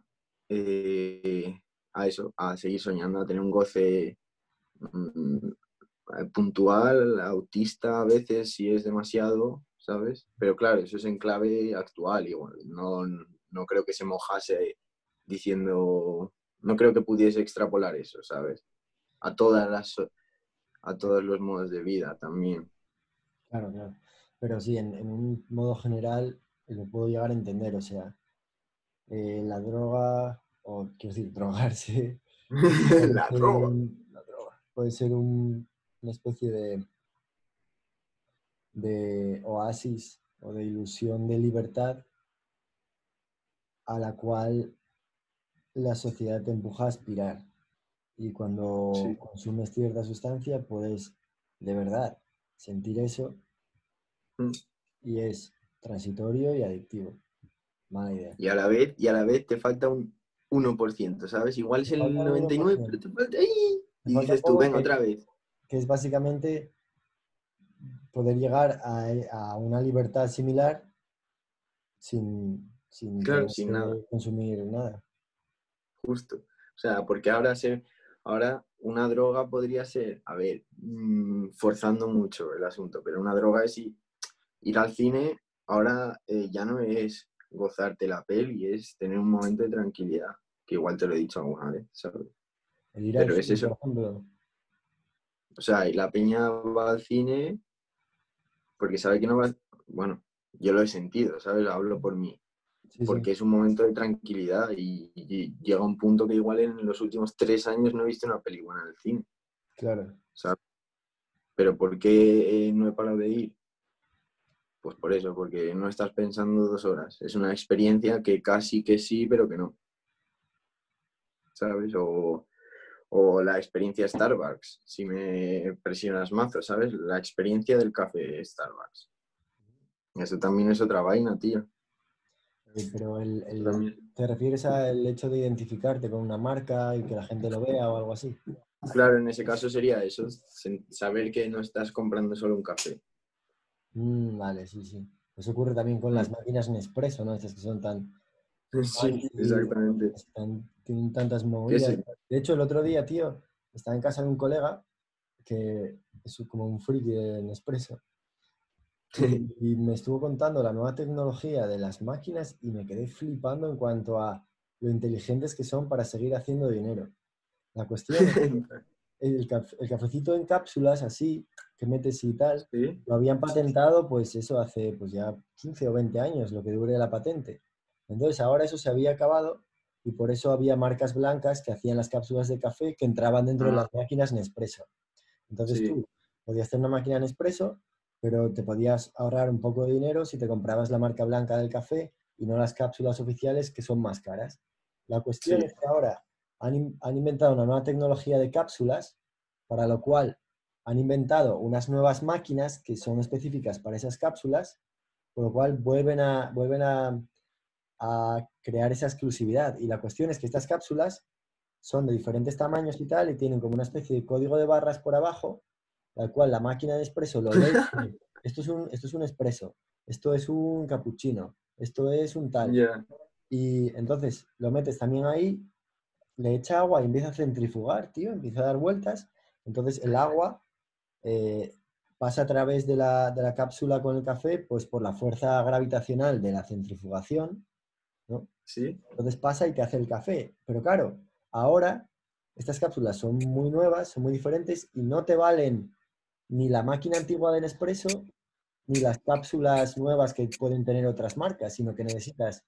S1: a eso, a seguir soñando, a tener un goce mm, puntual, autista a veces si es demasiado, ¿sabes? Pero claro, eso es en clave actual y bueno, no creo que se mojase diciendo, no creo que pudiese extrapolar eso, ¿sabes? A a todos los modos de vida también.
S2: Claro, claro. Pero sí, en un modo general lo puedo llegar a entender. O sea, la droga, o quiero decir, drogarse, puede
S1: La
S2: ser
S1: droga.
S2: la droga, puede ser una especie de oasis o de ilusión de libertad a la cual la sociedad te empuja a aspirar. Y cuando
S1: Sí.
S2: consumes cierta sustancia, puedes de verdad sentir eso y es transitorio y adictivo. Mala idea.
S1: Y a la vez te falta un 1%, ¿sabes? Igual es
S2: Me falta
S1: el
S2: el
S1: 99,
S2: 1%.
S1: pero te falta ahí.
S2: Me
S1: Y
S2: falta un
S1: dices tú,
S2: poco
S1: venga, otra vez.
S2: que es básicamente poder llegar a una libertad similar sin
S1: Claro,
S2: tener
S1: sin nada.
S2: que consumir nada.
S1: Justo. O sea, porque ahora una droga podría ser, a ver, forzando mucho el asunto, pero una droga es ir al cine, ahora ya no es gozarte la peli, es tener un momento de tranquilidad, que igual te lo he dicho alguna vez, ¿sabes?
S2: El ir al
S1: Pero es
S2: cine, por
S1: eso.
S2: ejemplo.
S1: O sea, y la peña va al cine porque sabe que no va, bueno, yo lo he sentido, ¿sabes? Hablo por mí,
S2: Sí, sí,
S1: porque es un momento de tranquilidad y llega un punto que igual en los últimos 3 años no he visto una peli buena en el cine,
S2: claro.
S1: ¿sabes? Pero ¿por qué no he parado de ir? Pues por eso, porque no estás pensando 2 horas. Es una experiencia que casi que sí, pero que no, ¿sabes? O la experiencia Starbucks, si me presionas mazo, ¿sabes? La experiencia del café Starbucks. Eso también es otra vaina, tío.
S2: Pero
S1: Eso también.
S2: ¿te refieres al hecho de identificarte con una marca y que la gente lo vea o algo así?
S1: Claro, en ese caso sería eso, saber que no estás comprando solo un café.
S2: Vale, sí, sí. Eso ocurre también con las
S1: Mm.
S2: máquinas Nespresso, ¿no? Estas que son tan
S1: Sí,
S2: fancy,
S1: exactamente.
S2: tienen tantas
S1: ¿Qué
S2: movidas.
S1: sé?
S2: De hecho, el otro día, tío, estaba en casa de un colega que es como un friki de Nespresso y me estuvo contando la nueva tecnología de las máquinas y me quedé flipando en cuanto a lo inteligentes que son para seguir haciendo dinero. La cuestión es que el cafecito en cápsulas así, que metes y tal,
S1: Sí,
S2: lo habían patentado pues eso hace pues ya 15 o 20 años, lo que dure la patente. Entonces ahora eso se había acabado y por eso había marcas blancas que hacían las cápsulas de café que entraban dentro de las máquinas Nespresso. Entonces
S1: Sí,
S2: tú podías tener una máquina Nespresso, pero te podías ahorrar un poco de dinero si te comprabas la marca blanca del café y no las cápsulas oficiales que son más caras. La cuestión
S1: sí.
S2: es que ahora han inventado una nueva tecnología de cápsulas, para lo cual han inventado unas nuevas máquinas que son específicas para esas cápsulas, por lo cual vuelven a crear esa exclusividad. Y la cuestión es que estas cápsulas son de diferentes tamaños y tal, y tienen como una especie de código de barras por abajo, al cual la máquina de expreso lo lee. Esto es un expreso, esto es un cappuccino, esto es un tal.
S1: Ya.
S2: Y entonces lo metes también ahí, le echa agua y empieza a centrifugar, tío, empieza a dar vueltas. Entonces el agua eh, pasa a través de la cápsula con el café, pues por la fuerza gravitacional de la centrifugación, ¿no?
S1: Sí.
S2: Entonces pasa y te hace el café. Pero claro, ahora estas cápsulas son muy nuevas, son muy diferentes y no te valen ni la máquina antigua del Nespresso ni las cápsulas nuevas que pueden tener otras marcas, sino que necesitas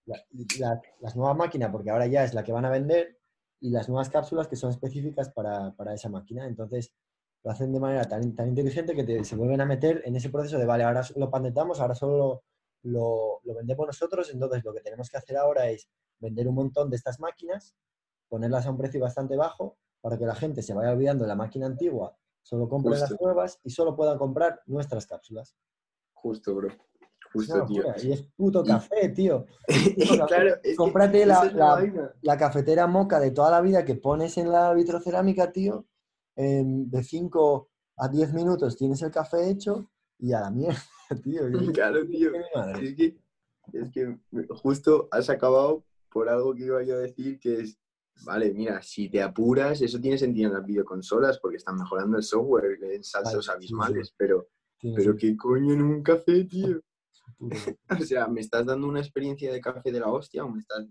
S2: las nuevas máquinas, porque ahora ya es la que van a vender, y las nuevas cápsulas que son específicas para esa máquina. Entonces, lo hacen de manera tan inteligente que se vuelven a meter en ese proceso de, vale, ahora lo patentamos, ahora solo lo vendemos nosotros, entonces lo que tenemos que hacer ahora es vender un montón de estas máquinas, ponerlas a un precio bastante bajo, para que la gente se vaya olvidando de la máquina antigua, solo compre las
S1: Justo,
S2: nuevas y solo puedan comprar nuestras cápsulas.
S1: justo, bro.
S2: Es una
S1: Justo, tío.
S2: locura. Y es puto
S1: Y,
S2: café, tío. Es puto café.
S1: claro, es que
S2: Cómprate
S1: esa es la vaina.
S2: la cafetera moca de toda la vida que pones en la vitrocerámica, tío. De 5 a 10 minutos tienes el café hecho y a la mierda, tío.
S1: Claro, tío.
S2: Que mi madre.
S1: Si es que justo has acabado por algo que iba yo a decir, que es, vale, mira, si te apuras, eso tiene sentido en las videoconsolas porque están mejorando el software en
S2: Vale,
S1: saltos
S2: sí, sí.
S1: abismales, pero
S2: Tiene
S1: ¿qué coño en un café, tío?
S2: puto.
S1: O sea, ¿me estás dando una experiencia de café de la hostia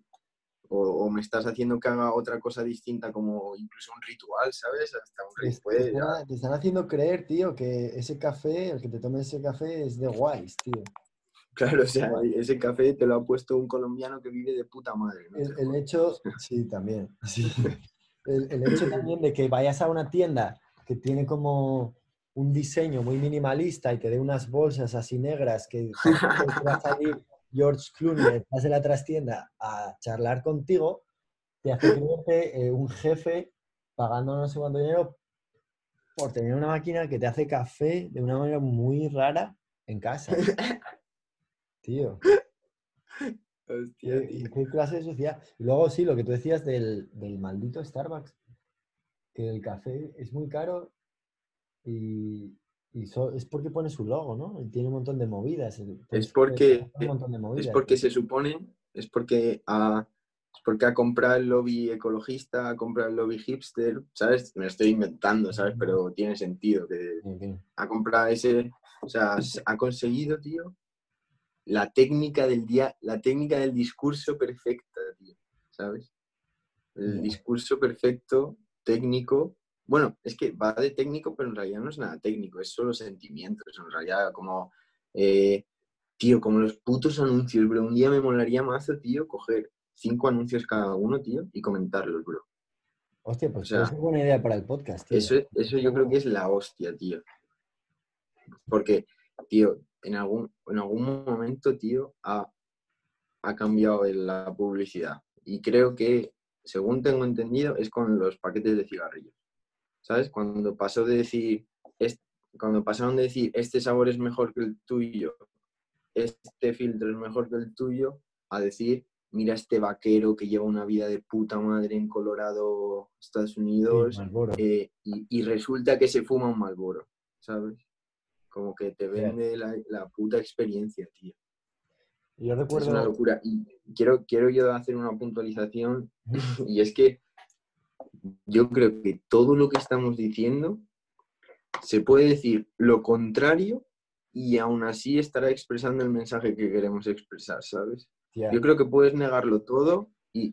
S1: o me estás haciendo que haga otra cosa distinta como incluso un ritual, ¿sabes? Hasta un rey puede ya.
S2: Te están haciendo creer, tío, que ese café, el que te tomes ese café es de guays, tío.
S1: Claro, o sea, ese café te lo ha puesto un colombiano que vive de puta madre, no te
S2: El
S1: jodas.
S2: hecho, sí, también. Sí. El hecho también de que vayas a una tienda que tiene como un diseño muy minimalista y te dé unas bolsas así negras que parece que va a salir George Clooney detrás de la trastienda a charlar contigo, te hace creerte un jefe pagando no sé cuánto dinero por tener una máquina que te hace café de una manera muy rara en casa, tío.
S1: Hostia, tío.
S2: ¿Qué clase de sociedad? Y luego sí, lo que tú decías del maldito Starbucks, que el café es muy caro y, es porque pone su logo, ¿no? Y tiene un montón de movidas.
S1: Es
S2: Pone
S1: porque,
S2: un montón de
S1: es
S2: movidas.
S1: porque se supone, es porque ha comprado el lobby ecologista, ha comprado el lobby hipster, ¿sabes? Me lo estoy inventando, ¿sabes? Pero tiene sentido que
S2: En fin.
S1: ha comprado ese, o sea, ha conseguido, tío, la técnica del discurso perfecta, tío, ¿sabes? El
S2: Ya.
S1: discurso perfecto, técnico. Bueno, es que va de técnico, pero en realidad no es nada técnico, es solo sentimientos. En realidad, como, tío, como los putos anuncios, bro. Un día me molaría mazo, tío, coger 5 anuncios cada uno, tío, y comentarlos, bro.
S2: Hostia,
S1: O
S2: pues puede
S1: sea,
S2: ser buena idea para el podcast, tío.
S1: eso yo creo que es la hostia, tío. Porque, tío, en algún momento, tío, ha cambiado la publicidad. Y creo que, según tengo entendido, es con los paquetes de cigarrillos. ¿Sabes? Cuando pasaron de decir este sabor es mejor que el tuyo, este filtro es mejor que el tuyo, a decir, mira este vaquero que lleva una vida de puta madre en Colorado, Estados
S2: Sí,
S1: Unidos,
S2: Marlboro.
S1: y resulta que se fuma un Marlboro, ¿sabes? Como que te
S2: Ya.
S1: vende la puta experiencia, tío.
S2: Yo
S1: Es una
S2: recuerdo.
S1: locura. Y quiero yo hacer una puntualización, y es que yo creo que todo lo que estamos diciendo se puede decir lo contrario y aún así estará expresando el mensaje que queremos expresar, ¿sabes?
S2: Ya.
S1: Yo creo que puedes negarlo todo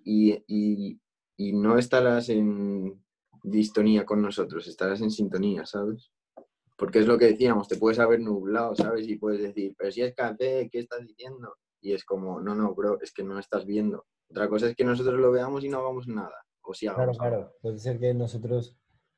S1: y no estarás en distonía con nosotros, estarás en sintonía, ¿sabes? Porque es lo que decíamos, te puedes haber nublado, ¿sabes? Y puedes decir, pero si es café, ¿qué estás diciendo? Y es como, no, no, bro, es que no estás viendo. Otra cosa es que nosotros lo veamos y no hagamos nada, o si
S2: Claro,
S1: hagamos algo.
S2: claro. Puede ser que nosotros,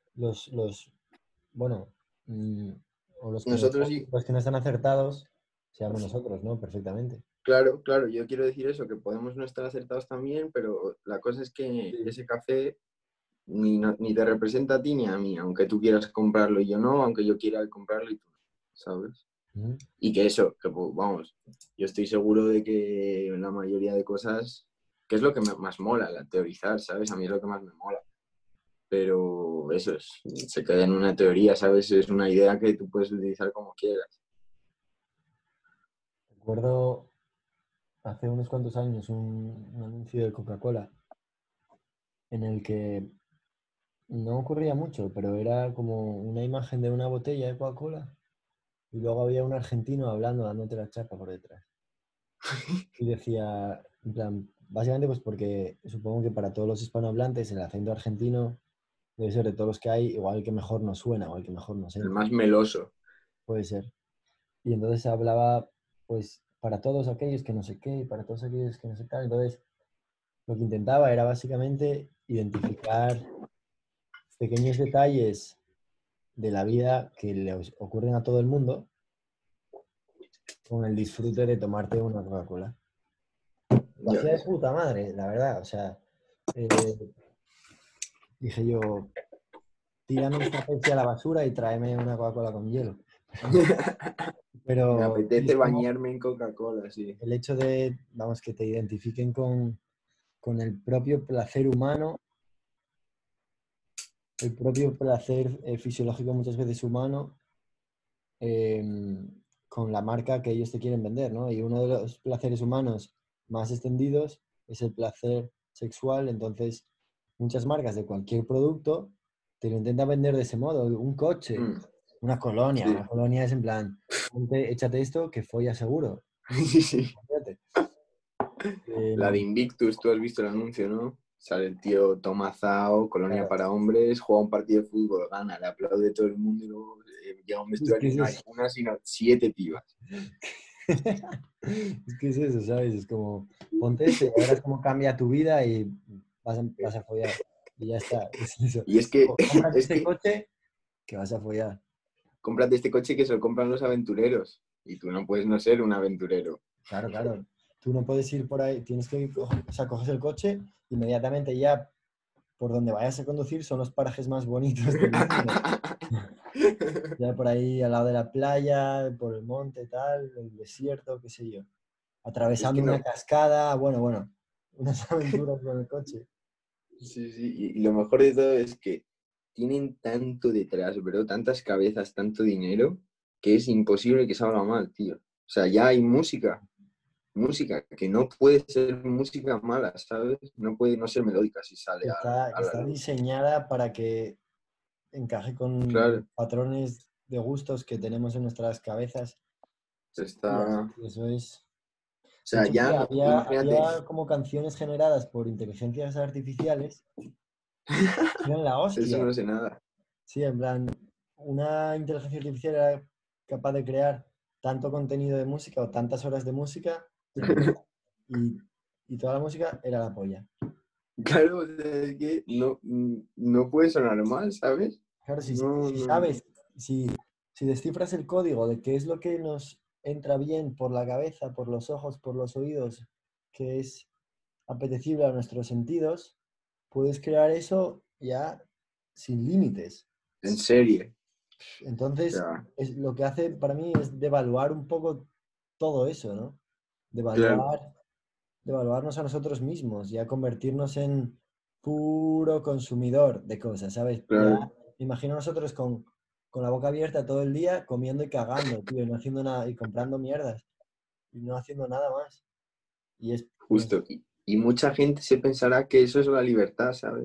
S2: bueno, o
S1: Nosotros sí,
S2: los que no están acertados, seamos nosotros, ¿no? Perfectamente.
S1: claro, claro, yo quiero decir eso, que podemos no estar acertados también, pero la cosa es que
S2: Sí.
S1: ese café ni te representa a ti ni a mí, aunque tú quieras comprarlo y yo no, aunque yo quiera comprarlo y tú no, ¿sabes?
S2: Ujú.
S1: Y que eso, que pues, vamos, yo estoy seguro de que la mayoría de cosas, que es lo que más mola, la teorizar, ¿sabes? A mí es lo que más me mola. Pero eso se queda en una teoría, ¿sabes? Es una idea que tú puedes utilizar como quieras.
S2: Recuerdo hace unos cuantos años un anuncio de Coca-Cola en el que no ocurría mucho, pero era como una imagen de una botella de Coca-Cola y luego había un argentino hablando, dándote la chapa por detrás. Y decía, en plan, básicamente pues porque supongo que para todos los hispanohablantes el acento argentino debe ser de todos los que hay, igual el que mejor nos suena o el que mejor nos
S1: El
S2: entra.
S1: más meloso.
S2: Puede ser. Y entonces hablaba, pues, para todos aquellos que no sé qué, y para todos aquellos que no sé tal. Entonces, lo que intentaba era básicamente identificar pequeños detalles de la vida que le ocurren a todo el mundo con el disfrute de tomarte una Coca-Cola. Lo
S1: Ya
S2: hacía de
S1: ves.
S2: puta madre, la verdad. O sea, eh, dije yo, tírame esta Pepsi a la basura y tráeme una Coca-Cola con hielo.
S1: Me
S2: Pero sí, es
S1: apetece
S2: como
S1: bañarme en Coca-Cola, sí.
S2: el hecho de, vamos, que te identifiquen con el propio placer humano, el propio placer fisiológico muchas veces humano, eh, con la marca que ellos te quieren vender, ¿no? Y uno de los placeres humanos más extendidos es el placer sexual, entonces muchas marcas de cualquier producto te lo intentan vender de ese modo, un coche,
S1: Mm,
S2: una
S1: sí.
S2: colonia es en plan, ponte, échate esto que follas seguro.
S1: Sí, sí.
S2: Fíjate.
S1: La de
S2: Eh,
S1: Invictus, tú has visto el anuncio, ¿no? Sale el tío Tomazao, colonia
S2: claro,
S1: para hombres, juega un partido de fútbol, gana, le aplaude todo el mundo y luego llega a un
S2: es que
S1: vestuario y
S2: es
S1: no hay
S2: eso.
S1: una, sino 7 pibas.
S2: Es que es eso, ¿sabes? Es como, ponte esto y ya verás cómo cambia tu vida y vas a follar. Y ya está. Es eso.
S1: Y es que,
S2: Cómprate
S1: es
S2: este
S1: que
S2: coche que vas a follar.
S1: cómprate este coche que se lo compran los aventureros y tú no puedes no ser un aventurero.
S2: Claro, claro. Tú no puedes ir por ahí, tienes que, o sea, coges el coche, inmediatamente ya por donde vayas a conducir son los parajes más bonitos del mundo. Ya por ahí al lado de la playa, por el monte, tal, el desierto, qué sé yo.
S1: Es
S2: Atravesando
S1: que
S2: una
S1: no.
S2: cascada, bueno, unas aventuras con el coche.
S1: Sí, sí. Y lo mejor de todo es que tienen tanto detrás, bro, tantas cabezas, tanto dinero, que es imposible que salga mal, tío. O sea, ya hay música que no puede ser música mala, ¿sabes? No puede no ser melódica si sale
S2: Que
S1: a la
S2: está
S1: luz.
S2: diseñada para que encaje con
S1: Claro,
S2: los patrones de gustos que tenemos en nuestras cabezas. Hostias,
S1: está. O
S2: eso es. De
S1: sea,
S2: hecho, sí,
S1: ya, imagínate,
S2: había como canciones generadas por inteligencias artificiales. Eran la
S1: eso
S2: hostia.
S1: no sé nada.
S2: Sí, en plan, una inteligencia artificial era capaz de crear tanto contenido de música o tantas horas de música y, y toda la música era la polla.
S1: Claro, o sea, es que no, no puede sonar mal, ¿sabes?
S2: Claro,
S1: No,
S2: si
S1: no.
S2: sabes, si, si descifras el código de qué es lo que nos entra bien por la cabeza, por los ojos, por los oídos, que es apetecible a nuestros sentidos, puedes crear eso ya sin límites.
S1: En serie. O
S2: Entonces,
S1: sea,
S2: es, lo que hace para mí es devaluar un poco todo eso, ¿no?
S1: claro,
S2: Devaluar, devaluarnos a nosotros mismos, ya convertirnos en puro consumidor de cosas, ¿sabes? Ya
S1: claro.
S2: me imagino nosotros con la boca abierta todo el día, comiendo y cagando, tío, y no haciendo nada, y comprando mierdas, y no haciendo nada más. Y es, no sé,
S1: Justo. Y mucha gente se pensará que eso es la libertad, ¿sabes?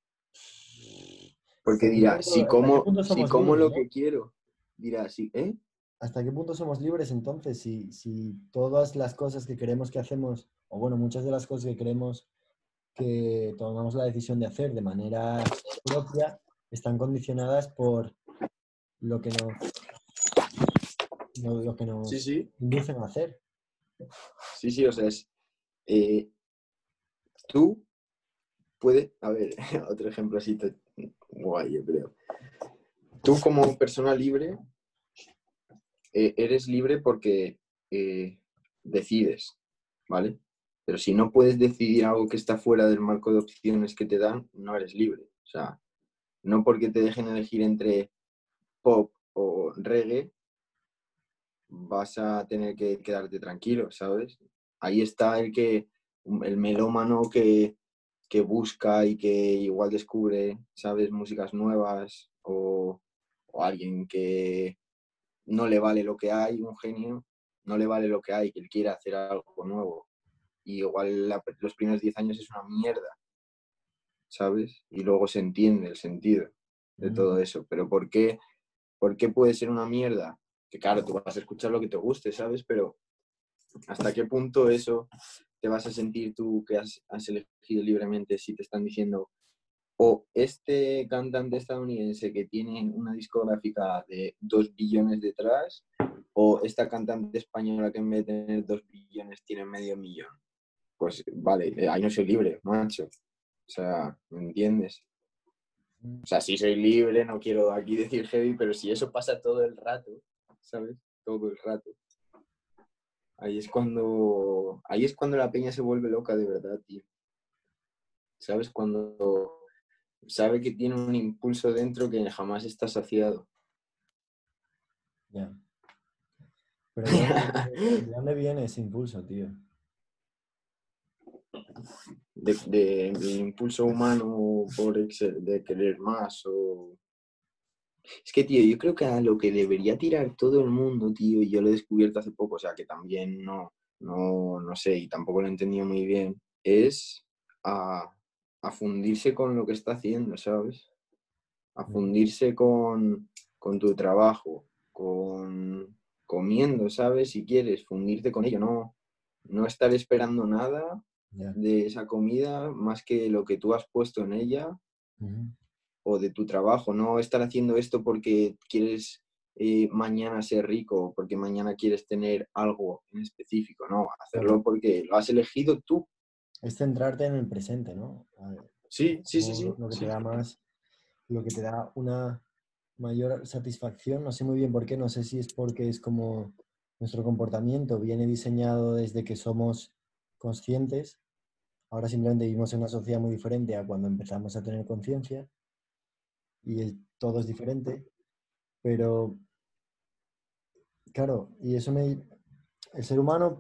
S1: Porque dirá,
S2: hasta qué punto
S1: si
S2: somos
S1: como
S2: libres,
S1: lo
S2: ¿no?
S1: que quiero, dirá, sí, ¿eh?
S2: ¿Hasta qué punto somos libres entonces? Si todas las cosas que queremos que hacemos, o bueno, muchas de las cosas que queremos que tomamos la decisión de hacer de manera propia, están condicionadas por lo que lo que
S1: Sí,
S2: nos
S1: sí.
S2: inducen a hacer.
S1: Sí, sí, o sea, eh, Tú puedes, a ver, otro ejemplo así guay, yo creo. Tú como persona libre, eres libre porque decides, ¿vale? Pero si no puedes decidir algo que está fuera del marco de opciones que te dan, no eres libre. O sea, no porque te dejen elegir entre pop o reggae, vas a tener que quedarte tranquilo, ¿sabes? Ahí está el melómano que busca y que igual descubre, ¿sabes? Músicas nuevas o alguien que no le vale lo que hay, un genio, no le vale lo que hay, que él quiere hacer algo nuevo. Y igual los primeros 10 años es una mierda, ¿sabes? Y luego se entiende el sentido de todo eso. Pero ¿por qué puede ser una mierda? Que claro, tú vas a escuchar lo que te guste, ¿sabes? Pero ¿hasta qué punto eso te vas a sentir tú que has elegido libremente si te están diciendo o este cantante estadounidense que tiene una discográfica de 2 billones detrás, o esta cantante española que en vez de tener 2 billones tiene medio millón? Pues vale, ahí no soy libre, macho. O sea, ¿me entiendes? O sea, sí soy libre, no quiero aquí decir heavy, pero si eso pasa todo el rato, ¿sabes? Todo el rato. Ahí es cuando la peña se vuelve loca de verdad, tío. ¿Sabes? Cuando sabe que tiene un impulso dentro que jamás está saciado.
S2: Ya. Pero de dónde viene ese impulso, tío?
S1: De impulso humano de querer más o... Es que, tío, yo creo que a lo que debería tirar todo el mundo, tío, y yo lo he descubierto hace poco, o sea, que también no sé, y tampoco lo he entendido muy bien, es a fundirse con lo que está haciendo, ¿sabes? A fundirse con tu trabajo, con comiendo, ¿sabes? Si quieres, fundirte con ello, no estar esperando nada
S2: Ya.
S1: de esa comida más que lo que tú has puesto en ella
S2: Ujú.
S1: o de tu trabajo, no estar haciendo esto porque quieres mañana ser rico o porque mañana quieres tener algo en específico, no,
S2: Claro.
S1: hacerlo porque lo has elegido tú.
S2: Es centrarte en el presente, ¿no? A ver,
S1: Sí, sí, sí,
S2: como
S1: sí,
S2: lo que te
S1: sí.
S2: da más, lo que te da una mayor satisfacción, no sé muy bien por qué, no sé si es porque es como nuestro comportamiento viene diseñado desde que somos conscientes. Ahora simplemente vivimos en una sociedad muy diferente a cuando empezamos a tener conciencia y todo es diferente, pero claro, y eso el ser humano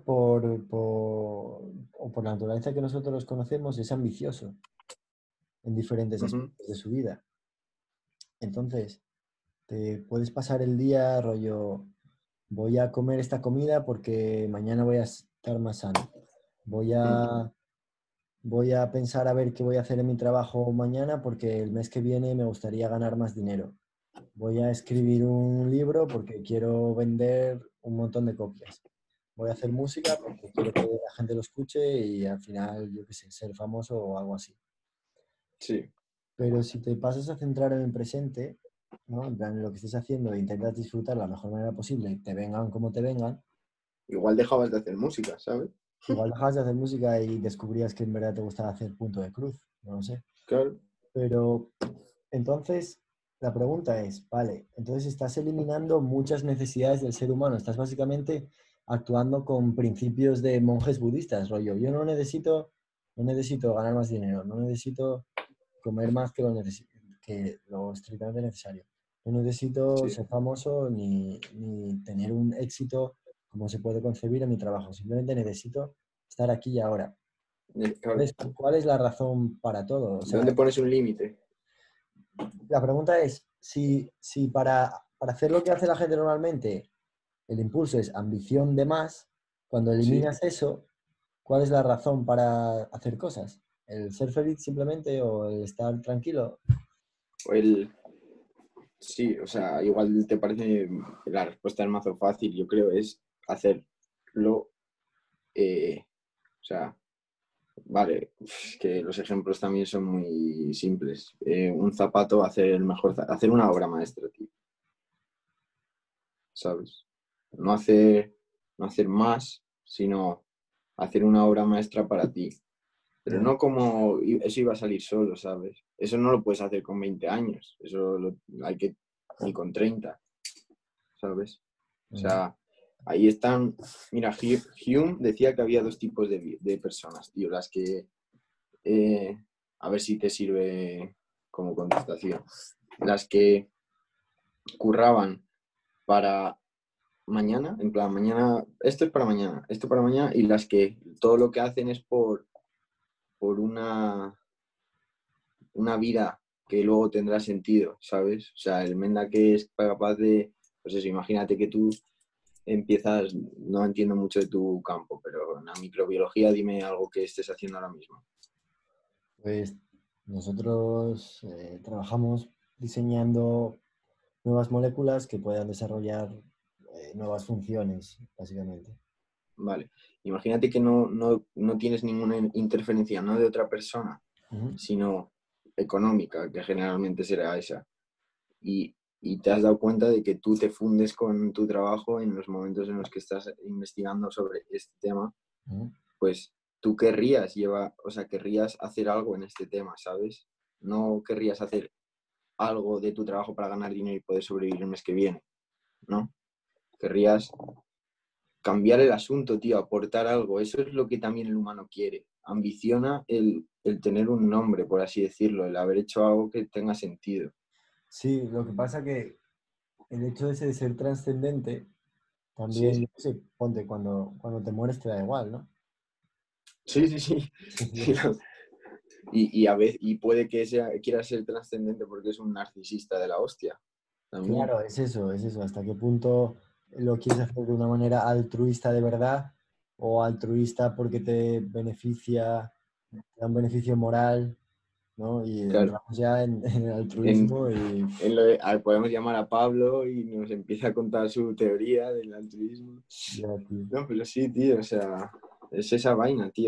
S2: o por la naturaleza que nosotros los conocemos es ambicioso en diferentes
S1: Ujú.
S2: aspectos de su vida. Entonces, te puedes pasar el día rollo, voy a comer esta comida porque mañana voy a estar más sano. Voy
S1: Mm.
S2: a, voy a pensar a ver qué voy a hacer en mi trabajo mañana porque el mes que viene me gustaría ganar más dinero. Voy a escribir un libro porque quiero vender un montón de copias. Voy a hacer música porque quiero que la gente lo escuche y al final, yo qué sé, ser famoso o algo así.
S1: Sí,
S2: Pero si te pasas a centrar en el presente, ¿no? En plan, en lo que estés haciendo e intentas disfrutar de la mejor manera posible, te vengan como te vengan,
S1: igual dejabas de hacer música, ¿sabes?
S2: igual dejas de hacer música y descubrías que en verdad te gustaba hacer punto de cruz, no lo sé.
S1: Claro.
S2: Pero entonces, la pregunta es, vale, entonces estás eliminando muchas necesidades del ser humano, estás básicamente actuando con principios de monjes budistas, rollo, yo no necesito ganar más dinero, no necesito comer más que lo estrictamente necesario. No necesito
S1: Sí,
S2: ser famoso ni tener un éxito como se puede concebir en mi trabajo, simplemente necesito estar aquí y ahora.
S1: claro.
S2: Entonces, ¿cuál es la razón para todo? O sea,
S1: ¿Dónde pones un límite?
S2: la pregunta es, si para hacer lo que hace la gente normalmente, el impulso es ambición de más, cuando
S1: Sí.
S2: eliminas eso, ¿cuál es la razón para hacer cosas? ¿El ser feliz simplemente o el estar tranquilo?
S1: O el, sí, o sea, igual te parece la respuesta del mazo fácil, yo creo, es hacerlo, o sea, vale, es que los ejemplos también son muy simples. Un zapato, hacer una obra maestra, tío, ¿sabes? No hacer, no hacer más, sino hacer una obra maestra para ti. Pero no como eso iba a salir solo, ¿sabes? Eso no lo puedes hacer con 20 años, hay que ni con 30, ¿sabes? O sea, ahí están, mira, Hume decía que había dos tipos de personas, tío, las que, a ver si te sirve como contestación, las que curraban para mañana, en plan, mañana, esto es para mañana, esto para mañana, y las que todo lo que hacen es por una vida que luego tendrá sentido, ¿sabes? O sea, el Menda que es capaz de, pues eso, imagínate que tú empiezas, no entiendo mucho de tu campo, pero en la microbiología dime algo que estés haciendo ahora mismo.
S2: Pues nosotros trabajamos diseñando nuevas moléculas que puedan desarrollar nuevas funciones, básicamente.
S1: Vale, imagínate que no tienes ninguna interferencia, no de otra persona, sino económica, que generalmente será esa. Y te has dado cuenta de que tú te fundes con tu trabajo en los momentos en los que estás investigando sobre este tema, pues tú querrías hacer algo en este tema, ¿sabes? No querrías hacer algo de tu trabajo para ganar dinero y poder sobrevivir el mes que viene, ¿no? Querrías cambiar el asunto, tío, aportar algo. Eso es lo que también el humano quiere. Ambiciona el tener un nombre, por así decirlo, el haber hecho algo que tenga sentido.
S2: Sí, lo que pasa que el hecho ese de ser trascendente, también,
S1: Sí,
S2: yo qué sé, ponte, cuando te mueres te da igual, ¿no?
S1: sí, sí, sí. Sí, y puede que quiera ser trascendente porque es un narcisista de la hostia. También.
S2: Claro, es eso, hasta qué punto lo quieres hacer de una manera altruista de verdad o altruista porque te beneficia, te da un beneficio moral, ¿no? Y
S1: Claro.
S2: entramos ya en el
S1: En,
S2: altruismo y
S1: podemos llamar a Pablo y nos empieza a contar su teoría del altruismo.
S2: ya, tío.
S1: No, pero sí, tío, o sea, es esa vaina, tío.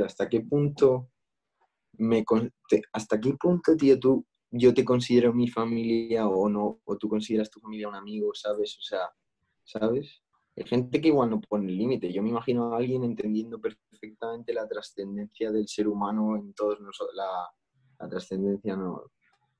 S1: ¿Hasta qué punto, tío, yo te considero mi familia o no? O tú consideras tu familia un amigo, ¿sabes? O sea, ¿sabes? Hay gente que igual no pone el límite. Yo me imagino a alguien entendiendo perfectamente la trascendencia del ser humano en todos nosotros. La trascendencia no.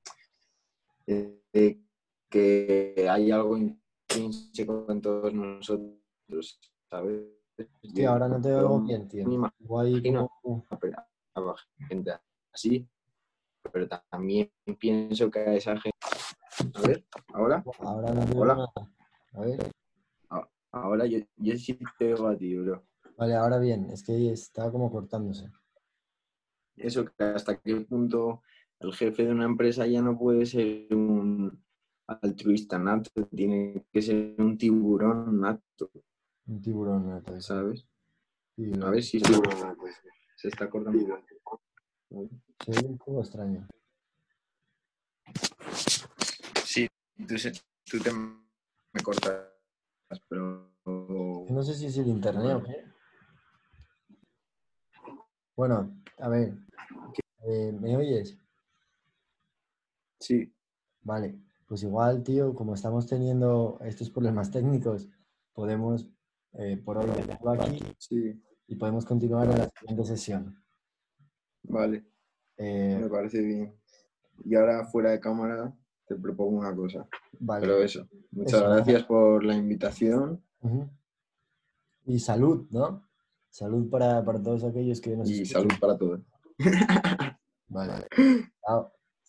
S1: Que hay algo intrínseco en todos nosotros, ¿sabes?
S2: Hostia, ahora no te
S1: Yo
S2: oigo bien, tío.
S1: me
S2: Igual ahí
S1: imagino
S2: como...
S1: a gente así, pero también pienso que a esa gente... A ver, ¿ahora?
S2: Ahora no te oigo
S1: Hola.
S2: nada. A ver.
S1: Ahora yo sí te oigo a ti, bro.
S2: Vale, ahora bien, es que estaba como cortándose.
S1: Eso que hasta qué punto el jefe de una empresa ya no puede ser un altruista nato, tiene que ser un tiburón nato,
S2: Un tiburón, ¿no? Entonces,
S1: ¿sabes?
S2: sí,
S1: A ver si se está cortando.
S2: se oye un poco extraño.
S1: Sí, tú te me cortas, pero
S2: No sé si es el internet o
S1: bueno,
S2: qué. Bueno, a ver, ¿me oyes?
S1: sí,
S2: Vale, pues igual, tío, como estamos teniendo estos problemas técnicos, podemos por hoy dejarlo aquí
S1: sí,
S2: y podemos continuar en la siguiente sesión.
S1: vale,
S2: Eh,
S1: me parece bien. Y ahora fuera de cámara te propongo una cosa.
S2: vale,
S1: Pero eso, muchas
S2: eso,
S1: gracias
S2: nada.
S1: por la invitación
S2: Ujú. Y salud, ¿no? Salud para todos aquellos que nos
S1: y salud
S2: escuchen.
S1: para todos.
S2: Vale, chao.